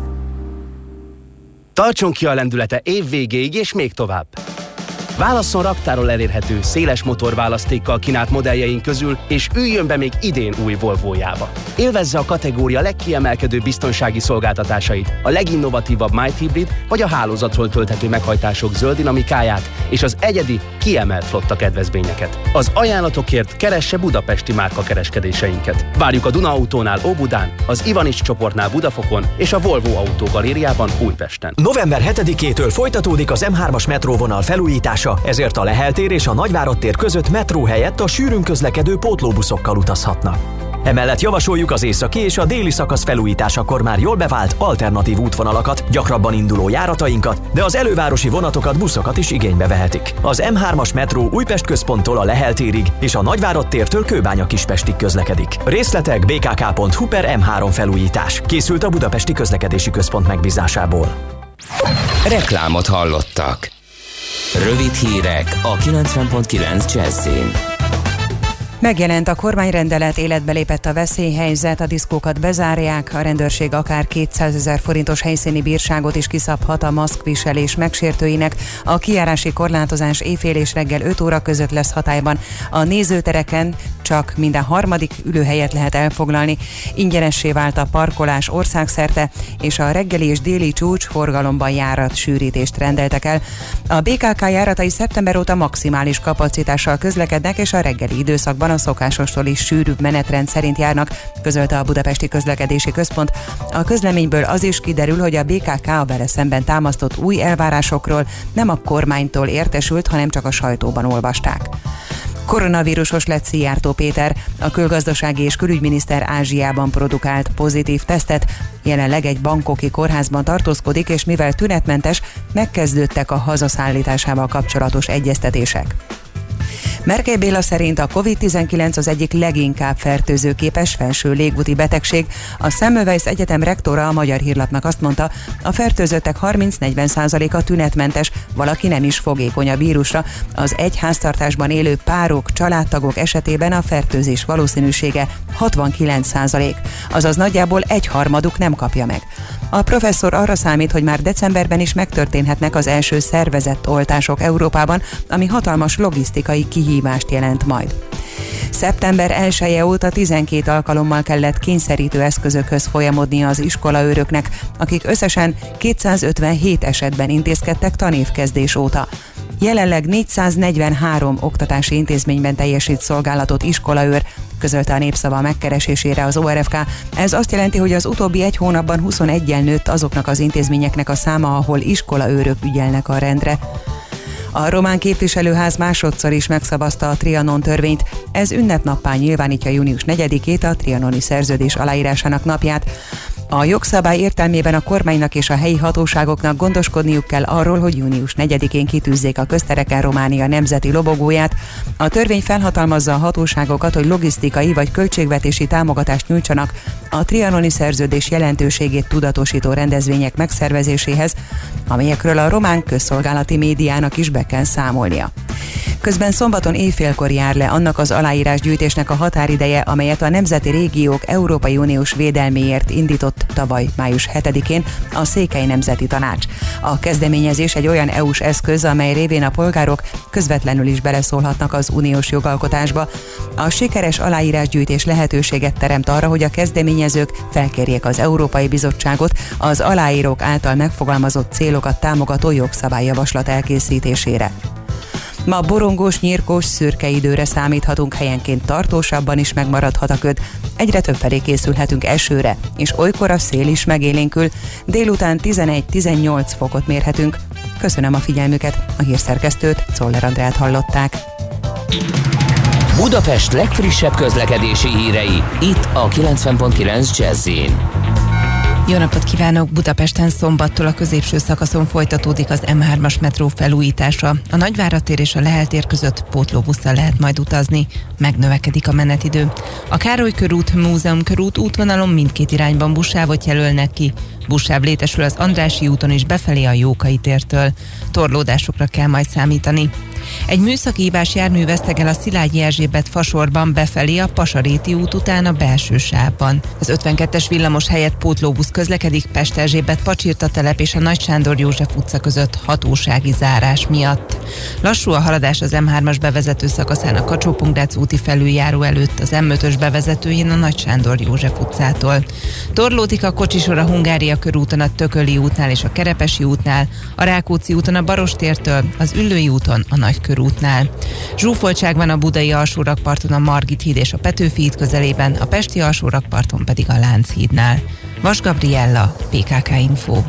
Tartson ki a lendülete év végéig és még tovább! Válasszon raktáról elérhető, széles motorválasztékkal kínált modelljeink közül, és üljön be még idén új Volvojába. Élvezze a kategória legkiemelkedőbb biztonsági szolgáltatásait, a leginnovatívabb Might Hybrid vagy a hálózatról tölthető meghajtások zöld dinamikáját és az egyedi, kiemelt flotta kedvezményeket. Az ajánlatokért keresse budapesti márkakereskedéseinket. Várjuk a Duna Autónál Óbudán, az Ivanics csoportnál Budafokon és a Volvo Autó Galériában Újpesten. november hetedikétől folytatódik az em hármas metróvonal felújítása, ezért a Lehel tér és a Nagyvárad tér között metró helyett a sűrűn közlekedő pótlóbuszokkal utazhatnak. Emellett javasoljuk az északi és a déli szakasz felújításakor már jól bevált alternatív útvonalakat, gyakrabban induló járatainkat, de az elővárosi vonatokat, buszokat is igénybe vehetik. Az em hármas metró Újpest központtól a Lehel térig és a Nagyvárad tértől Kőbánya-Kispestig közlekedik. Részletek bé ká ká pont hu per em három felújítás. Készült a Budapesti Közlekedési Központ megbízásából. Reklámot hallottak. Rövid hírek a kilencven pont kilenc Jazzin. Megjelent a kormányrendelet, életbe lépett a veszélyhelyzet, a diszkókat bezárják, a rendőrség akár kétszázezer forintos helyszíni bírságot is kiszabhat a maszkviselés megsértőinek. A kijárási korlátozás éjfél és reggel öt óra között lesz hatályban. A nézőtereken csak minden harmadik ülőhelyet lehet elfoglalni. Ingyenessé vált a parkolás országszerte, és a reggeli és déli csúcs forgalomban járat sűrítést rendeltek el. A bé ká ká járatai szeptember óta maximális kapacitással közlekednek, és a reggeli időszakban a szokásostól is sűrűbb menetrend szerint járnak, közölte a Budapesti Közlekedési Központ. A közleményből az is kiderül, hogy a bé ká ká a vele szemben támasztott új elvárásokról nem a kormánytól értesült, hanem csak a sajtóban olvasták. Koronavírusos lett Szijjártó Péter, a külgazdasági és külügyminiszter Ázsiában produkált pozitív tesztet, jelenleg egy bangkoki kórházban tartózkodik, és mivel tünetmentes, megkezdődtek a hazaszállításával kapcsolatos egyeztetések. Merkely Béla szerint a kovid tizenkilenc az egyik leginkább fertőzőképes felső légúti betegség. A Semmelweis Egyetem rektora a Magyar Hírlapnak azt mondta, a fertőzöttek harminc-negyven százaléka tünetmentes, valaki nem is fogékony a vírusra. Az egy háztartásban élő párok, családtagok esetében a fertőzés valószínűsége hatvankilenc százalék, azaz nagyjából egyharmaduk nem kapja meg. A professzor arra számít, hogy már decemberben is megtörténhetnek az első szervezett oltások Európában, ami hatalmas logisztikai kihívást jelent majd. szeptember elseje óta tizenkét alkalommal kellett kényszerítő eszközökhöz folyamodnia az iskolaőröknek, akik összesen kétszázötvenhét esetben intézkedtek tanévkezdés óta. Jelenleg négyszáznegyvenhárom oktatási intézményben teljesít szolgálatot iskolaőr, közölte a Népszava megkeresésére az o er ef ká. Ez azt jelenti, hogy az utóbbi egy hónapban huszoneggyel nőtt azoknak az intézményeknek a száma, ahol iskolaőrök ügyelnek a rendre. A román képviselőház másodszor is megszavazta a Trianon törvényt. Ez ünnepnappá nyilvánítja június negyedikét, a trianoni szerződés aláírásának napját. A jogszabály értelmében a kormánynak és a helyi hatóságoknak gondoskodniuk kell arról, hogy június negyedikén kitűzzék a köztereken Románia nemzeti lobogóját. A törvény felhatalmazza a hatóságokat, hogy logisztikai vagy költségvetési támogatást nyújtsanak a trianoni szerződés jelentőségét tudatosító rendezvények megszervezéséhez, amelyekről a román közszolgálati médiának is be kell számolnia. Közben szombaton éjfélkor jár le annak az aláírásgyűjtésnek a határideje, amelyet a Nemzeti Régiók Európai Uniós védelméért indított tavaly május hetedikén a Székely Nemzeti Tanács. A kezdeményezés egy olyan é u-s eszköz, amely révén a polgárok közvetlenül is beleszólhatnak az uniós jogalkotásba. A sikeres aláírásgyűjtés lehetőséget teremt arra, hogy a kezdeményezők felkérjék az Európai Bizottságot az aláírók által megfogalmazott célokat támogató jogszabályjavaslat elkészítésére. Ma borongós, nyírkós, szürke időre számíthatunk, helyenként tartósabban is megmaradhat a köd. Egyre többfelé készülhetünk esőre, és olykor a szél is megélénkül. Délután tizenegy-tizennyolc fokot mérhetünk. Köszönöm a figyelmüket, a hírszerkesztőt, Czoller Andrát hallották. Budapest legfrissebb közlekedési hírei, itt a kilencven pont kilenc Jazz-in. Jó napot kívánok! Budapesten szombattól a középső szakaszon folytatódik az em hármas metró felújítása. A Nagyvárad tér és a Lehel tér között pótlóbusszal lehet majd utazni. Megnövekedik a menetidő. A Károly körút, Múzeum körút útvonalon mindkét irányban buszsávot jelölnek ki. Buszsáv létesül az Andrássy úton is befelé a Jókai tértől. Torlódásokra kell majd számítani. Egy műszaki hibás jármű vesztegel a Szilágyi Erzsébet fasorban befelé a Pasaréti út után a belső sávban. Az ötvenkettes villamos helyett pótlóbusz közlekedik Pest-Erzsébet Pacsirta telep és a Nagy Sándor József utca között hatósági zárás miatt. Lassú a haladás az em hármas bevezető szakaszán a Kacsó-Pungrác úti felüljáró előtt, az em ötös bevezetőjén a Nagy Sándor József utcától. Torlódik a kocsisor a Hungária körúton a Tököli útnál és a Kerepesi útnál, a Rákóczi úton a Barostértől, az Üllői úton a Nagykörútnál. Zsúfoltság van a budai alsórakparton a Margit híd és a Petőfi híd közelében, a pesti alsórakparton pedig a Lánchídnál. Vas Gabriella, pé ká ká Info.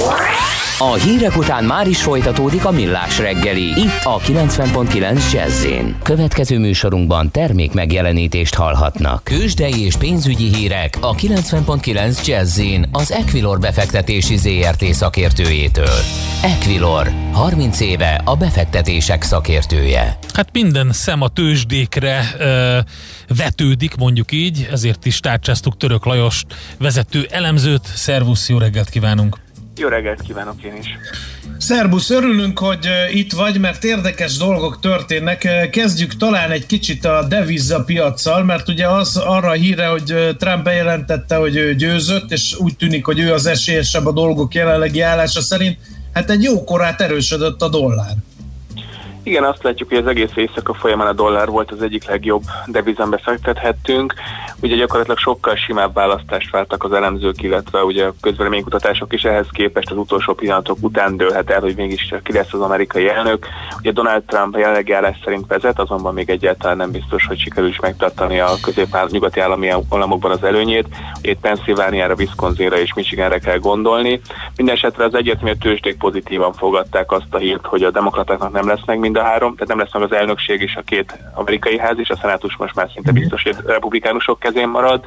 A hírek után már is folytatódik a Millás reggeli, itt a kilencven pont kilenc Jazz-in. Következő műsorunkban termék megjelenítést hallhatnak. Tőzsdei és pénzügyi hírek a kilencven pont kilenc Jazz-in az Equilor befektetési zé er té szakértőjétől. Equilor, harminc éve a befektetések szakértője. Hát minden szem a tőzsdékre ö, vetődik, mondjuk így, ezért is tárcsáztuk Török Lajost, vezető elemzőt. Szervusz, jó reggelt kívánunk! Jó reggelt kívánok én is! Szerbusz, örülünk, hogy itt vagy, mert érdekes dolgok történnek. Kezdjük talán egy kicsit a devizapiaccal, mert ugye az arra a híre, hogy Trump bejelentette, hogy ő győzött, és úgy tűnik, hogy ő az esélyesebb a dolgok jelenlegi állása szerint. Hát egy jókorát erősödött a dollár. Igen, azt látjuk, hogy az egész éjszaka folyamán a dollár volt az egyik legjobb devizán befektethettünk. Ugye gyakorlatilag sokkal simább választást vártak az elemzők, illetve ugye a közvéleménykutatások is ehhez képest az utolsó pillanatok után dőlhet el, hogy mégis ki lesz az amerikai elnök. Ugye Donald Trump a jelenlegi állás szerint vezet, azonban még egyáltalán nem biztos, hogy sikerül is megtartani a közép-nyugati állami államokban az előnyét. Ugye itt Pennsylvániára, Wisconsinra és Michiganre kell gondolni. Mindenesetre az egyértelmű tőzsdék pozitívan fogadták azt a hírt, hogy a demokratáknak nem lesz meg mind a három, tehát nem lesz meg az elnökség és a két amerikai ház, és a szenátus most már szinte biztos, hogy republikánusok kezén marad.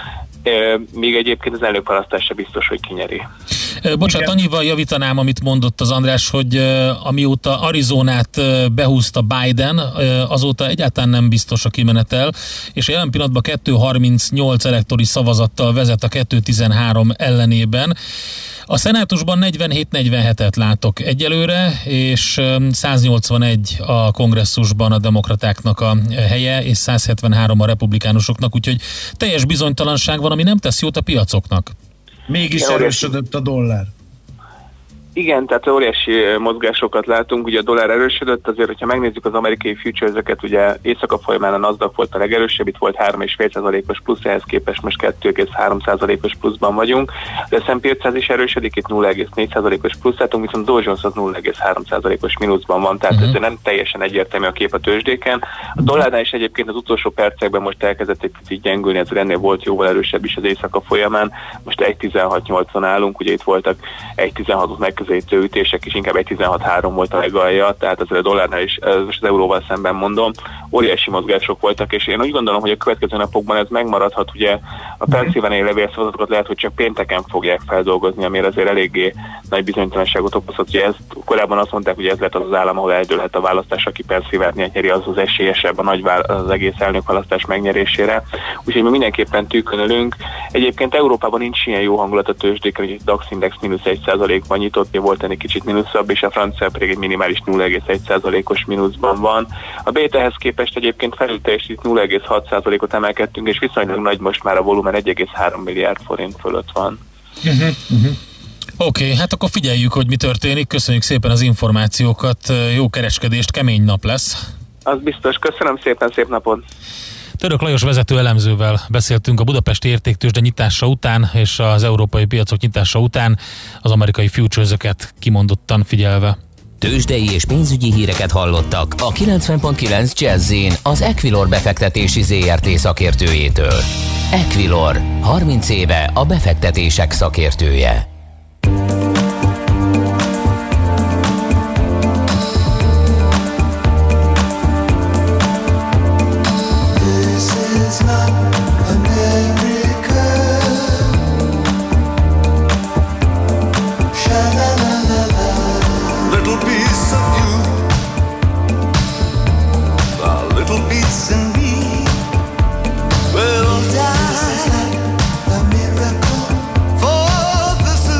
Még egyébként az elnökválasztás se biztos, hogy kinyeri. Bocsánat, annyival javítanám, amit mondott az András, hogy amióta Arizonát behúzta Biden, azóta egyáltalán nem biztos a kimenetel, és jelen pillanatban kettő harmincnyolc elektori szavazattal vezet a kettő tizenhárom ellenében. A szenátusban negyvenhét negyvenhetet látok egyelőre, és száznyolcvanegy a kongresszusban a demokratáknak a helye, és száz hetvenhárom a republikánusoknak, úgyhogy teljes bizonytalanság van, ami nem tesz jót a piacoknak. Mégis erősödött a dollár. Igen, tehát óriási mozgásokat látunk, ugye a dollár erősödött, azért, hogyha megnézzük az amerikai futures-eket, ugye éjszaka folyamán a Nasdaq volt a legerősebb, itt volt három egész öt százalékos plusz, ehhez képest most kettő egész három százalékos pluszban vagyunk, de es and pé ötszáz is erősödik, itt nulla egész négy százalékos plusz látunk, viszont Dow Jones az nulla egész három százalékos mínuszban van, tehát uh-huh. ez nem teljesen egyértelmű a kép a tőzsdéken. A dollárnál is egyébként az utolsó percekben most elkezdett egy picit gyengülni, ez ennél volt jóval erősebb is az éjszaka folyamán, most egy tizenhat nyolcvan állunk, ugye itt voltak egy tizenhatot meg közelítő ütések, és inkább egy tizenhat három volt a legalja, tehát azért a dollárnál is, most az euróval szemben mondom, óriási mozgások voltak, és én úgy gondolom, hogy a következő napokban ez megmaradhat, ugye a Pennsylvania levélszavazatokat lehet, hogy csak pénteken fogják feldolgozni, amire azért eléggé nagy bizonytalanságot okozhat, hogy ezt korábban azt mondták, hogy ez lett az az állam, ahol eldőlhet a választás, aki Pennsylvania nyeri, az az esélyesebb a nagy vál- az egész elnökválasztás megnyerésére. Úgyhogy mi mindenképpen tűkönölünk. Egyébként Európában nincs ilyen jó hangulat a tőzsdéken, hogy a DAX index mínusz egy százalékban nyitott, volt ennél kicsit mínuszabb, és a francia pedig egy minimális nulla egész egy százalékos mínuszban van. A bétáhez képest egyébként felülteljesít nulla egész hat százalékot emelkedtünk, és viszonylag nagy most már a volumen egy egész három milliárd forint fölött van. Uh-huh, uh-huh. Oké, okay, hát akkor figyeljük, hogy mi történik. Köszönjük szépen az információkat, jó kereskedést, kemény nap lesz. Az biztos, köszönöm szépen, szép napot! Török Lajos vezető elemzővel beszéltünk a budapesti értéktőzsde nyitása után és az európai piacok nyitása után, az amerikai futures-öket kimondottan figyelve. Tőzsdei és pénzügyi híreket hallottak a kilencven pont kilenc Jazz-in az Equilor befektetési zé er té szakértőjétől. Equilor, harminc éve a befektetések szakértője. Well, this is like a miracle, for this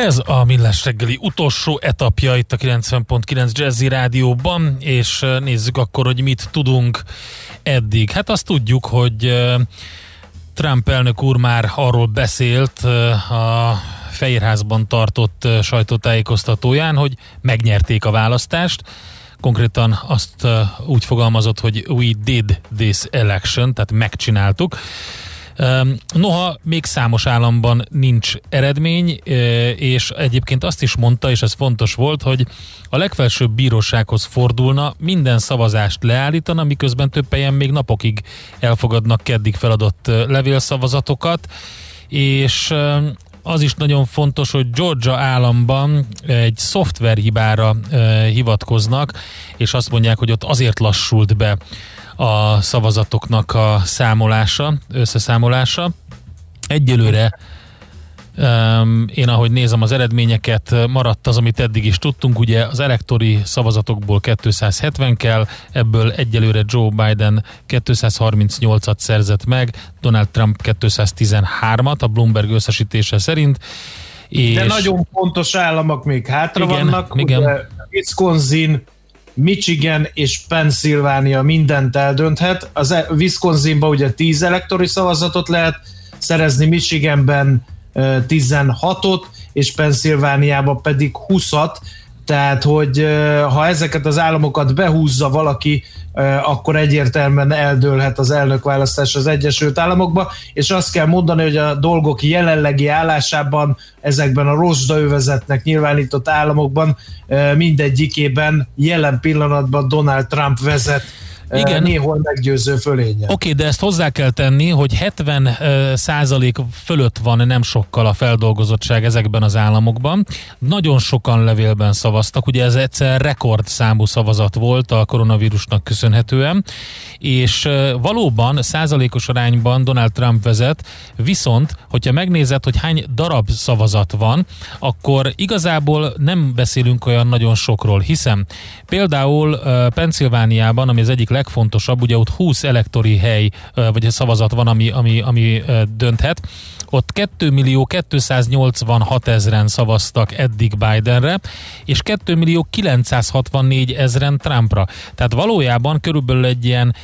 Ez a Millás reggeli utolsó etapja itt a kilencven pont kilenc Jazzy Rádióban, és nézzük akkor, hogy mit tudunk eddig. Hát azt tudjuk, hogy Trump elnök úr már arról beszélt a Fehérházban tartott sajtótájékoztatóján, hogy megnyerték a választást. Konkrétan azt úgy fogalmazott, hogy we did this election, tehát megcsináltuk. Noha még számos államban nincs eredmény, és egyébként azt is mondta, és ez fontos volt, hogy a legfelsőbb bírósághoz fordulna, minden szavazást leállítana, miközben több helyen még napokig elfogadnak keddig feladott levélszavazatokat, és az is nagyon fontos, hogy Georgia államban egy szoftverhibára hivatkoznak, és azt mondják, hogy ott azért lassult be a szavazatoknak a számolása, összeszámolása. Egyelőre um, én ahogy nézem az eredményeket, maradt az, amit eddig is tudtunk, ugye az elektori szavazatokból kétszázhetven kell, ebből egyelőre Joe Biden kétszázharmincnyolcat szerzett meg, Donald Trump kétszáztizenhármat a Bloomberg összesítése szerint. És de nagyon fontos államok még hátra igen, vannak, igen. Ugye Wisconsin, Michigan és Pennsylvania mindent eldönthet. Az Wisconsinban ugye tíz elektori szavazatot lehet szerezni, Michiganben tizenhatot, és Pennsylvaniában pedig húszat. Tehát, hogy ha ezeket az államokat behúzza valaki, akkor egyértelműen eldőlhet az elnökválasztás az Egyesült Államokba, és azt kell mondani, hogy a dolgok jelenlegi állásában ezekben a rozsdaövezetnek nyilvánított államokban mindegyikében jelen pillanatban Donald Trump vezet. Igen. Néhol meggyőző fölénye. Oké, okay, de ezt hozzá kell tenni, hogy hetven százalék fölött van nem sokkal a feldolgozottság ezekben az államokban. Nagyon sokan levélben szavaztak, ugye ez egyszer rekordszámú szavazat volt a koronavírusnak köszönhetően, és valóban százalékos arányban Donald Trump vezet, viszont, hogyha megnézed, hogy hány darab szavazat van, akkor igazából nem beszélünk olyan nagyon sokról, hiszen például Pennsylvániában, ami az egyik legfontosabb, ugye ott húsz elektori hely, vagy szavazat van, ami, ami, ami dönthet. Ott két millió kétszáznyolcvanhat ezren szavaztak eddig Bidenre, és két millió kilencszázhatvannégy ezren Trumpra. Tehát valójában körülbelül egy ilyen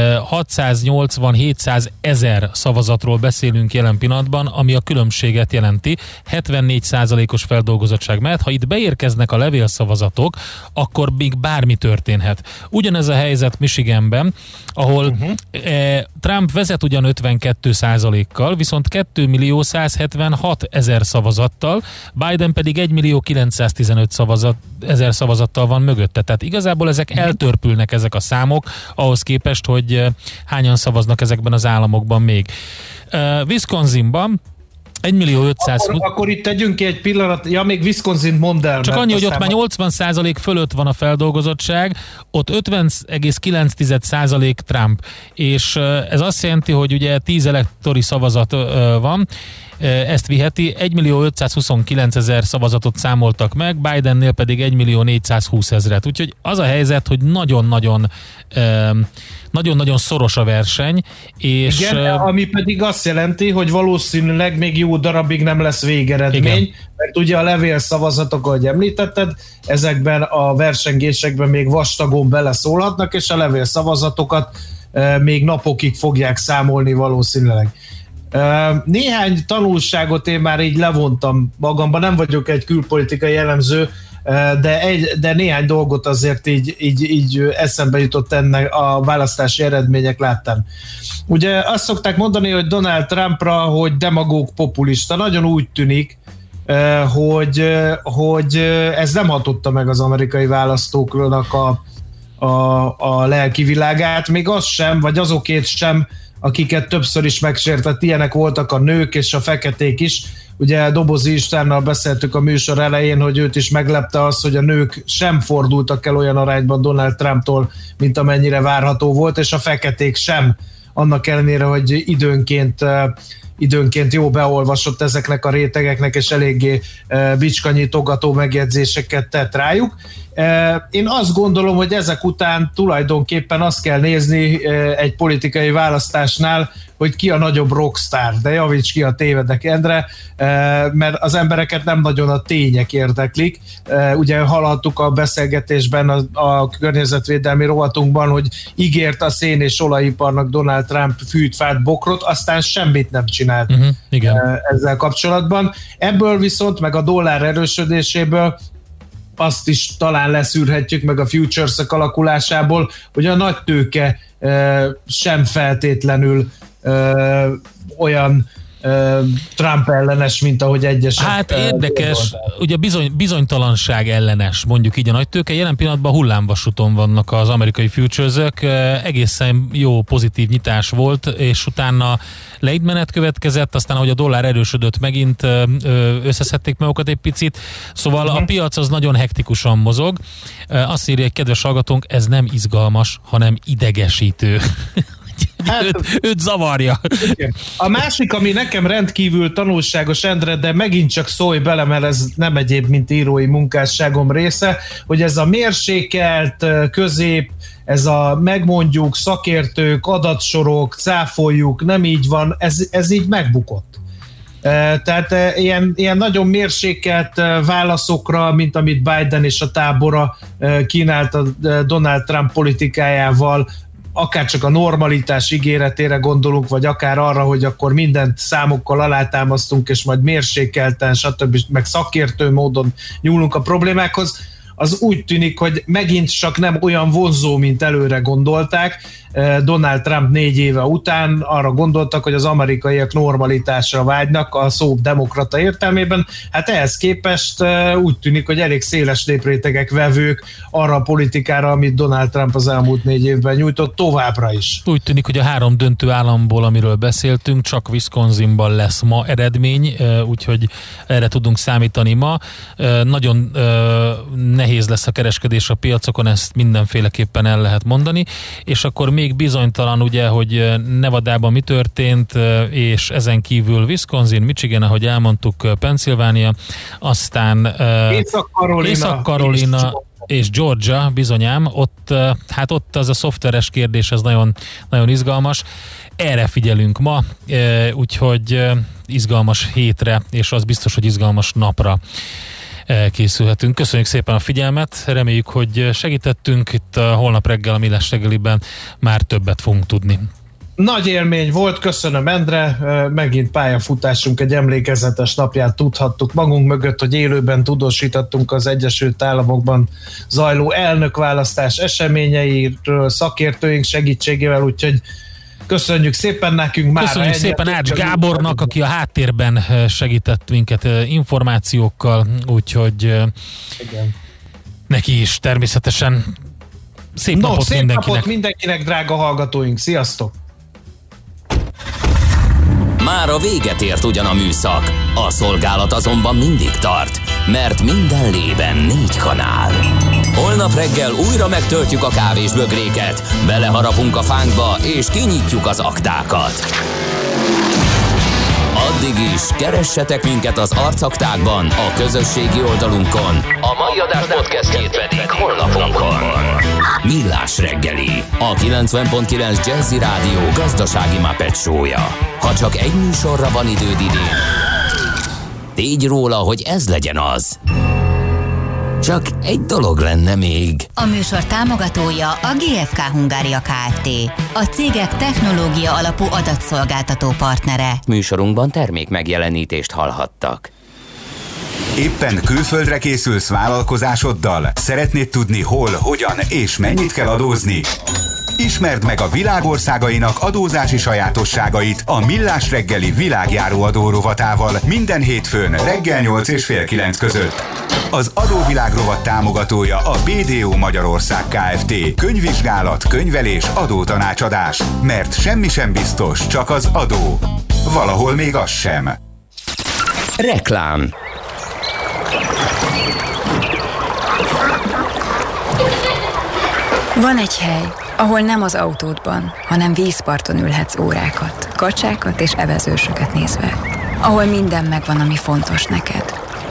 hatszáznyolcvan-hétszáz ezer szavazatról beszélünk jelen pillanatban, ami a különbséget jelenti. hetvennégy százalékos feldolgozottság mellett, ha itt beérkeznek a levélszavazatok, akkor még bármi történhet. Ugyanez a helyzet Michiganben, ahol uh-huh. eh, Trump vezet ugyan ötvenkét százalékkal, viszont két millió százhetvenhat ezer szavazattal, Biden pedig egy millió kilencszáztizenöt szavazat, ezer szavazattal van mögötte. Tehát igazából ezek eltörpülnek, ezek a számok, ahhoz képest, hogy eh, hányan szavaznak ezekben az államokban még. Uh, Wisconsinban egy millió ötszáz... Akkor, akkor itt tegyünk ki egy pillanat, ja, még Wisconsin mondd el. Csak annyi, hogy ott már nyolcvan százalék fölött van a feldolgozottság, ott ötven egész kilenc százalék Trump, és ez azt jelenti, hogy ugye tíz elektori szavazat van, ezt viheti, egy millió ötszázhuszonkilenc ezer szavazatot számoltak meg, Bidennél pedig egy millió négyszázhúsz ezret. Úgyhogy az a helyzet, hogy nagyon-nagyon nagyon-nagyon szoros a verseny, és... Igen, ami pedig azt jelenti, hogy valószínűleg még jó darabig nem lesz végeredmény, igen. Mert ugye a levélszavazatok, ahogy említetted, ezekben a versengésekben még vastagon beleszólhatnak, és a levélszavazatokat még napokig fogják számolni valószínűleg. Néhány tanulságot én már így levontam magamban, nem vagyok egy külpolitikai elemző, de, egy, de néhány dolgot azért így, így, így eszembe jutott ennek a választási eredmények láttán. Ugye azt szokták mondani, hogy Donald Trumpra, hogy demagóg populista, nagyon úgy tűnik, hogy, hogy ez nem hatotta meg az amerikai választóknak a, a, a lelki világát, még az sem, vagy azokét sem, akiket többször is megsértett, ilyenek voltak a nők és a feketék is. Ugye Dobozi Istvánnal beszéltük a műsor elején, hogy őt is meglepte az, hogy a nők sem fordultak el olyan arányban Donald Trumptól, mint amennyire várható volt, és a feketék sem, annak ellenére, hogy időnként időnként jó beolvasott ezeknek a rétegeknek, és eléggé bicskanyitogató megjegyzéseket tett rájuk. Én azt gondolom, hogy ezek után tulajdonképpen azt kell nézni egy politikai választásnál, hogy ki a nagyobb rockstar, de javíts ki, a tévedek, Endre, mert az embereket nem nagyon a tények érdeklik. Ugye hallhattuk a beszélgetésben, a, a környezetvédelmi rovatunkban, hogy ígért a szén- és olajiparnak Donald Trump fűt, fát, bokrot, aztán semmit nem csinált uh-huh, igen. ezzel kapcsolatban. Ebből viszont, meg a dollár erősödéséből azt is talán leszűrhetjük, meg a futures-ek alakulásából, hogy a nagy tőke e, sem feltétlenül e, olyan e, Trump ellenes, mint ahogy egyesek. Hát érdekes, e, ugye bizony, bizonytalanság ellenes, mondjuk így a nagy tőke. Jelen pillanatban hullámvasúton vannak az amerikai futures-ök, e, egészen jó pozitív nyitás volt, és utána leitmenet következett, aztán ahogy a dollár erősödött, megint összeszedték magukat egy picit, szóval uh-huh. a piac az nagyon hektikusan mozog. Azt írja egy kedves hallgatónk, ez nem izgalmas, hanem idegesítő. Hát, őt, őt zavarja. Igen. A másik, ami nekem rendkívül tanulságos, Endre, de megint csak szólj bele, mert ez nem egyéb, mint írói munkásságom része, hogy ez a mérsékelt, közép, ez a megmondjuk, szakértők, adatsorok, cáfoljuk, nem így van, ez, ez így megbukott. Tehát ilyen, ilyen nagyon mérsékelt válaszokra, mint amit Biden és a tábora kínált a Donald Trump politikájával, akár csak a normalitás ígéretére gondolunk, vagy akár arra, hogy akkor mindent számokkal alátámasztunk, és majd mérsékelten, stb. Meg szakértő módon nyúlunk a problémákhoz, az úgy tűnik, hogy megint csak nem olyan vonzó, mint előre gondolták. Donald Trump négy éve után arra gondoltak, hogy az amerikaiak normalitásra vágynak a szó demokrata értelmében. Hát ehhez képest úgy tűnik, hogy elég széles néprétegek vevők arra a politikára, amit Donald Trump az elmúlt négy évben nyújtott, továbbra is. Úgy tűnik, hogy a három döntő államból, amiről beszéltünk, csak Wisconsinban lesz ma eredmény, úgyhogy erre tudunk számítani ma. Nagyon nehéz lesz a kereskedés a piacokon, ezt mindenféleképpen el lehet mondani, és akkor még bizonytalan ugye, hogy Nevadában mi történt, és ezen kívül Wisconsin, Michigan, ahogy elmondtuk, Pennsylvania, aztán Észak-Karolina, Észak-Karolina és Georgia, bizonyám, ott, hát ott az a szoftveres kérdés, ez nagyon, nagyon izgalmas. Erre figyelünk ma, úgyhogy izgalmas hétre, és az biztos, hogy izgalmas napra készülhetünk. Köszönjük szépen a figyelmet, reméljük, hogy segítettünk. Itt a holnap reggel a Millás reggeliben már többet fogunk tudni. Nagy élmény volt, köszönöm, Endre, megint pályafutásunk egy emlékezetes napját tudhattuk magunk mögött, hogy élőben tudósítottunk az Egyesült Államokban zajló elnökválasztás eseményeiről szakértőink segítségével, úgyhogy köszönjük szépen nekünk már. Köszönjük szépen Ács Gábornak, aki a háttérben segített minket információkkal, úgyhogy igen. Neki is természetesen szép no, napot szép mindenkinek. napot mindenkinek, drága hallgatóink. Sziasztok! Már a véget ért ugyan a műszak, a szolgálat azonban mindig tart, mert minden lében négy kanál. Holnap reggel újra megtöltjük a kávésbögréket, beleharapunk a fánkba és kinyitjuk az aktákat. Addig is keressetek minket az arcaktákban, a közösségi oldalunkon. A mai adás podcastjét pedig honlapunkon. Millás reggeli, a kilencven pont kilenc Jazzy Rádió gazdasági Muppet show-ja. Ha csak egy műsorra van időd idén, tégy róla, hogy ez legyen az. Csak egy dolog lenne még. A műsor támogatója a gé ef ká Hungária Kft. A cégek technológia alapú adatszolgáltató partnere. Műsorunkban termék megjelenítést hallhattak. Éppen külföldre készülsz vállalkozásoddal? Szeretnéd tudni hol, hogyan és mennyit kell adózni? Ismerd meg a világ országainak adózási sajátosságait a Millás reggeli világjáró adó rovatával minden hétfőn reggel nyolc és fél kilenc között. Az adóvilág rovat támogatója a bé dé o Magyarország Kft. Könyvvizsgálat, könyvelés, adótanácsadás. Mert semmi sem biztos, csak az adó. Valahol még az sem. Reklám. Van egy hely, Ahol nem az autódban, hanem vízparton ülhetsz órákat, kacsákat és evezősöket nézve. Ahol minden megvan, ami fontos neked.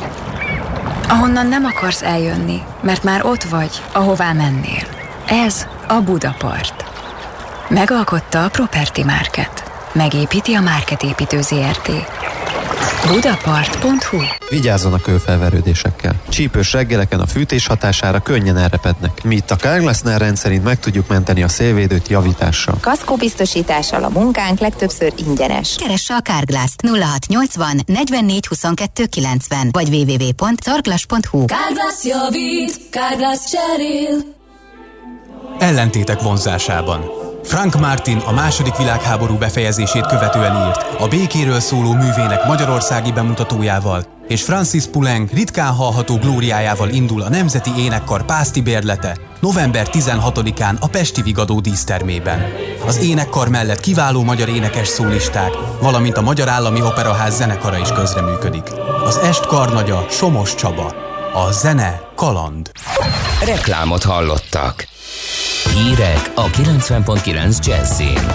Ahonnan nem akarsz eljönni, mert már ott vagy, ahová mennél. Ez a Budapart. Megalkotta a Property Market. Megépíti a Market Építő zé er té. budapart pont hu. Vigyázzon a kőfelverődésekkel. Csípős reggeleken a fűtés hatására könnyen elrepednek. Mi itt a Carglassnál rendszerint meg tudjuk menteni a szélvédőt javítással. Kaszkó biztosítással a munkánk legtöbbször ingyenes. Keresse a Carglass-t nulla hat nyolcvan negyvennégy huszonkettő kilencven vagy double-u double-u double-u pont carglass pont hu. Carglass javít, Carglass cserél. Ellentétek vonzásában. Frank Martin a második világháború befejezését követően írt a békéről szóló művének magyarországi bemutatójával, és Francis Poulenc ritkán hallható glóriájával indul a Nemzeti Énekkar Pászti bérlete november tizenhatodikán a Pesti Vigadó dísztermében. Az énekkar mellett kiváló magyar énekes szólisták, valamint a Magyar Állami Operaház zenekara is közreműködik. Az est karnagya Somos Csaba. A zene kaland. Reklámot hallottak. Hírek a kilencven pont kilenc Jazzin.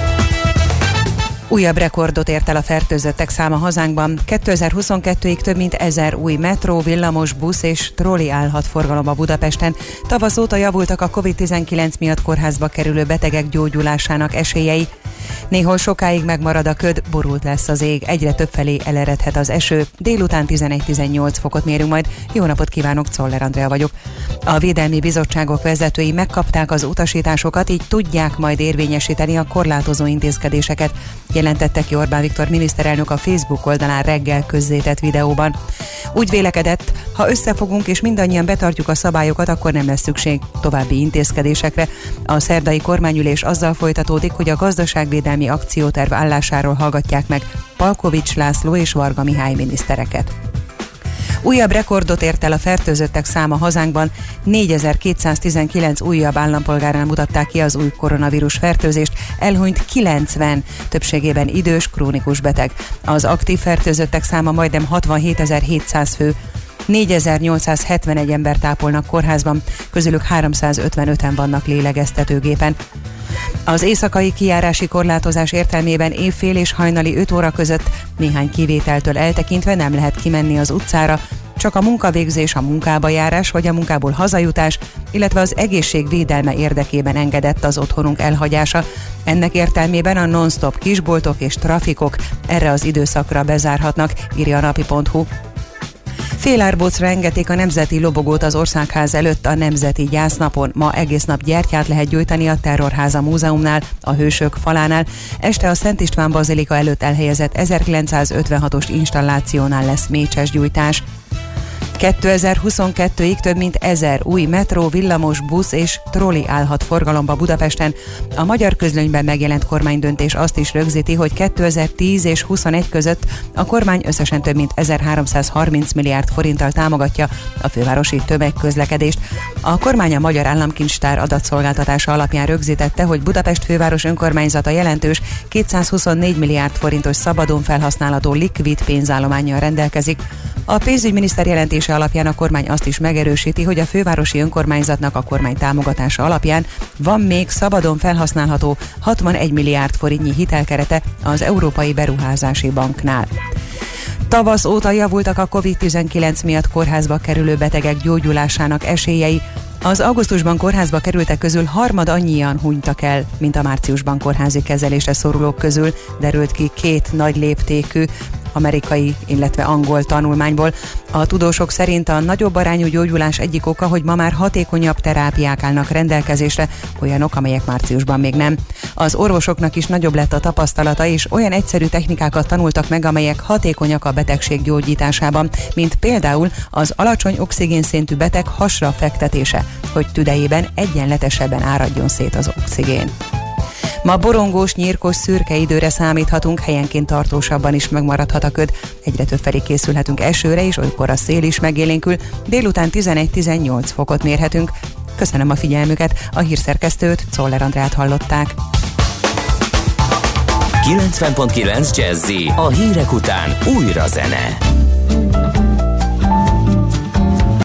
Újabb rekordot ért el a fertőzöttek száma hazánkban. kétezer-huszonkettőig több mint ezer új metró, villamos, busz és trolli állhat forgalomba Budapesten. Tavasz óta javultak a kovid tizenkilenc miatt kórházba kerülő betegek gyógyulásának esélyei. Néhol sokáig megmarad a köd, borult lesz az ég, egyre többfelé eleredhet az eső. Délután tizenegy-tizennyolc fokot mérünk majd. Jó napot kívánok, Czoller Andrea vagyok. A védelmi bizottságok vezetői megkapták az utasításokat, így tudják majd érvényesíteni a korlátozó intézkedéseket, jelentette ki Orbán Viktor miniszterelnök a Facebook oldalán reggel közzétett videóban. Úgy vélekedett, ha összefogunk és mindannyian betartjuk a szabályokat, akkor nem lesz szükség további intézkedésekre. A szerdai kormányülés azzal folytatódik, hogy a gazdaságvédelmi akcióterv állásáról hallgatják meg Palkovics László és Varga Mihály minisztereket. Újabb rekordot ért el a fertőzöttek száma hazánkban. négyezer-kétszáztizenkilenc újabb állampolgárnál mutatták ki az új koronavírus fertőzést, elhunyt kilencven, többségében idős, krónikus beteg. Az aktív fertőzöttek száma majdnem hatvanhétezer-hétszáz fő. négyezer-nyolcszázhetvenegy embert ápolnak kórházban, közülük háromszázötvenöten vannak lélegeztetőgépen. Az éjszakai kijárási korlátozás értelmében évfél és hajnali öt óra között néhány kivételtől eltekintve nem lehet kimenni az utcára, csak a munkavégzés, a munkába járás vagy a munkából hazajutás, illetve az egészség védelme érdekében engedett az otthonunk elhagyása. Ennek értelmében a non-stop kisboltok és trafikok erre az időszakra bezárhatnak, írja a napi pont hu. Félárbócra engedték a nemzeti lobogót az Országház előtt a Nemzeti Gyásznapon. Ma egész nap gyertyát lehet gyújtani a Terrorháza Múzeumnál, a Hősök falánál. Este a Szent István Bazilika előtt elhelyezett ezerkilencszázötvenhatos installációnál lesz mécses gyújtás. kétezer-huszonkettőig több mint ezer új metró, villamos, busz és trolli állhat forgalomba Budapesten. A Magyar Közlönyben megjelent kormánydöntés azt is rögzíti, hogy kétezer-tíz és huszonegy között a kormány összesen több mint ezerháromszázharminc milliárd forinttal támogatja a fővárosi tömegközlekedést. A kormány a Magyar Államkincstár adatszolgáltatása alapján rögzítette, hogy Budapest főváros önkormányzata jelentős kétszázhuszonnégy milliárd forintos szabadon felhasználható likvid pénzállománnyal rendelkezik. A pénzügyminiszter jelentése alapján a kormány azt is megerősíti, hogy a fővárosi önkormányzatnak a kormány támogatása alapján van még szabadon felhasználható hatvanegy milliárd forintnyi hitelkerete az Európai Beruházási Banknál. Tavasz óta javultak a kovid tizenkilenc miatt kórházba kerülő betegek gyógyulásának esélyei. Az augusztusban kórházba kerültek közül harmad annyian hunytak el, mint a márciusban kórházi kezelésre szorulók közül, derült ki két nagy léptékű amerikai, illetve angol tanulmányból. A tudósok szerint a nagyobb arányú gyógyulás egyik oka, hogy ma már hatékonyabb terápiák állnak rendelkezésre, olyanok, amelyek márciusban még nem. Az orvosoknak is nagyobb lett a tapasztalata, és olyan egyszerű technikákat tanultak meg, amelyek hatékonyak a betegség gyógyításában, mint például az alacsony oxigénszintű beteg hasra fektetése, hogy tüdejében egyenletesebben áradjon szét az oxigén. Ma borongós, nyírkos, szürke időre számíthatunk, helyenként tartósabban is megmaradhat a köd. Egyre több felé készülhetünk esőre, és olykor a szél is megélénkül. Délután tizenegy-tizennyolc fokot mérhetünk. Köszönöm a figyelmüket, a hírszerkesztőt, Czoller Andrát hallották. kilencven pont kilenc Jazzy, a hírek után újra zene.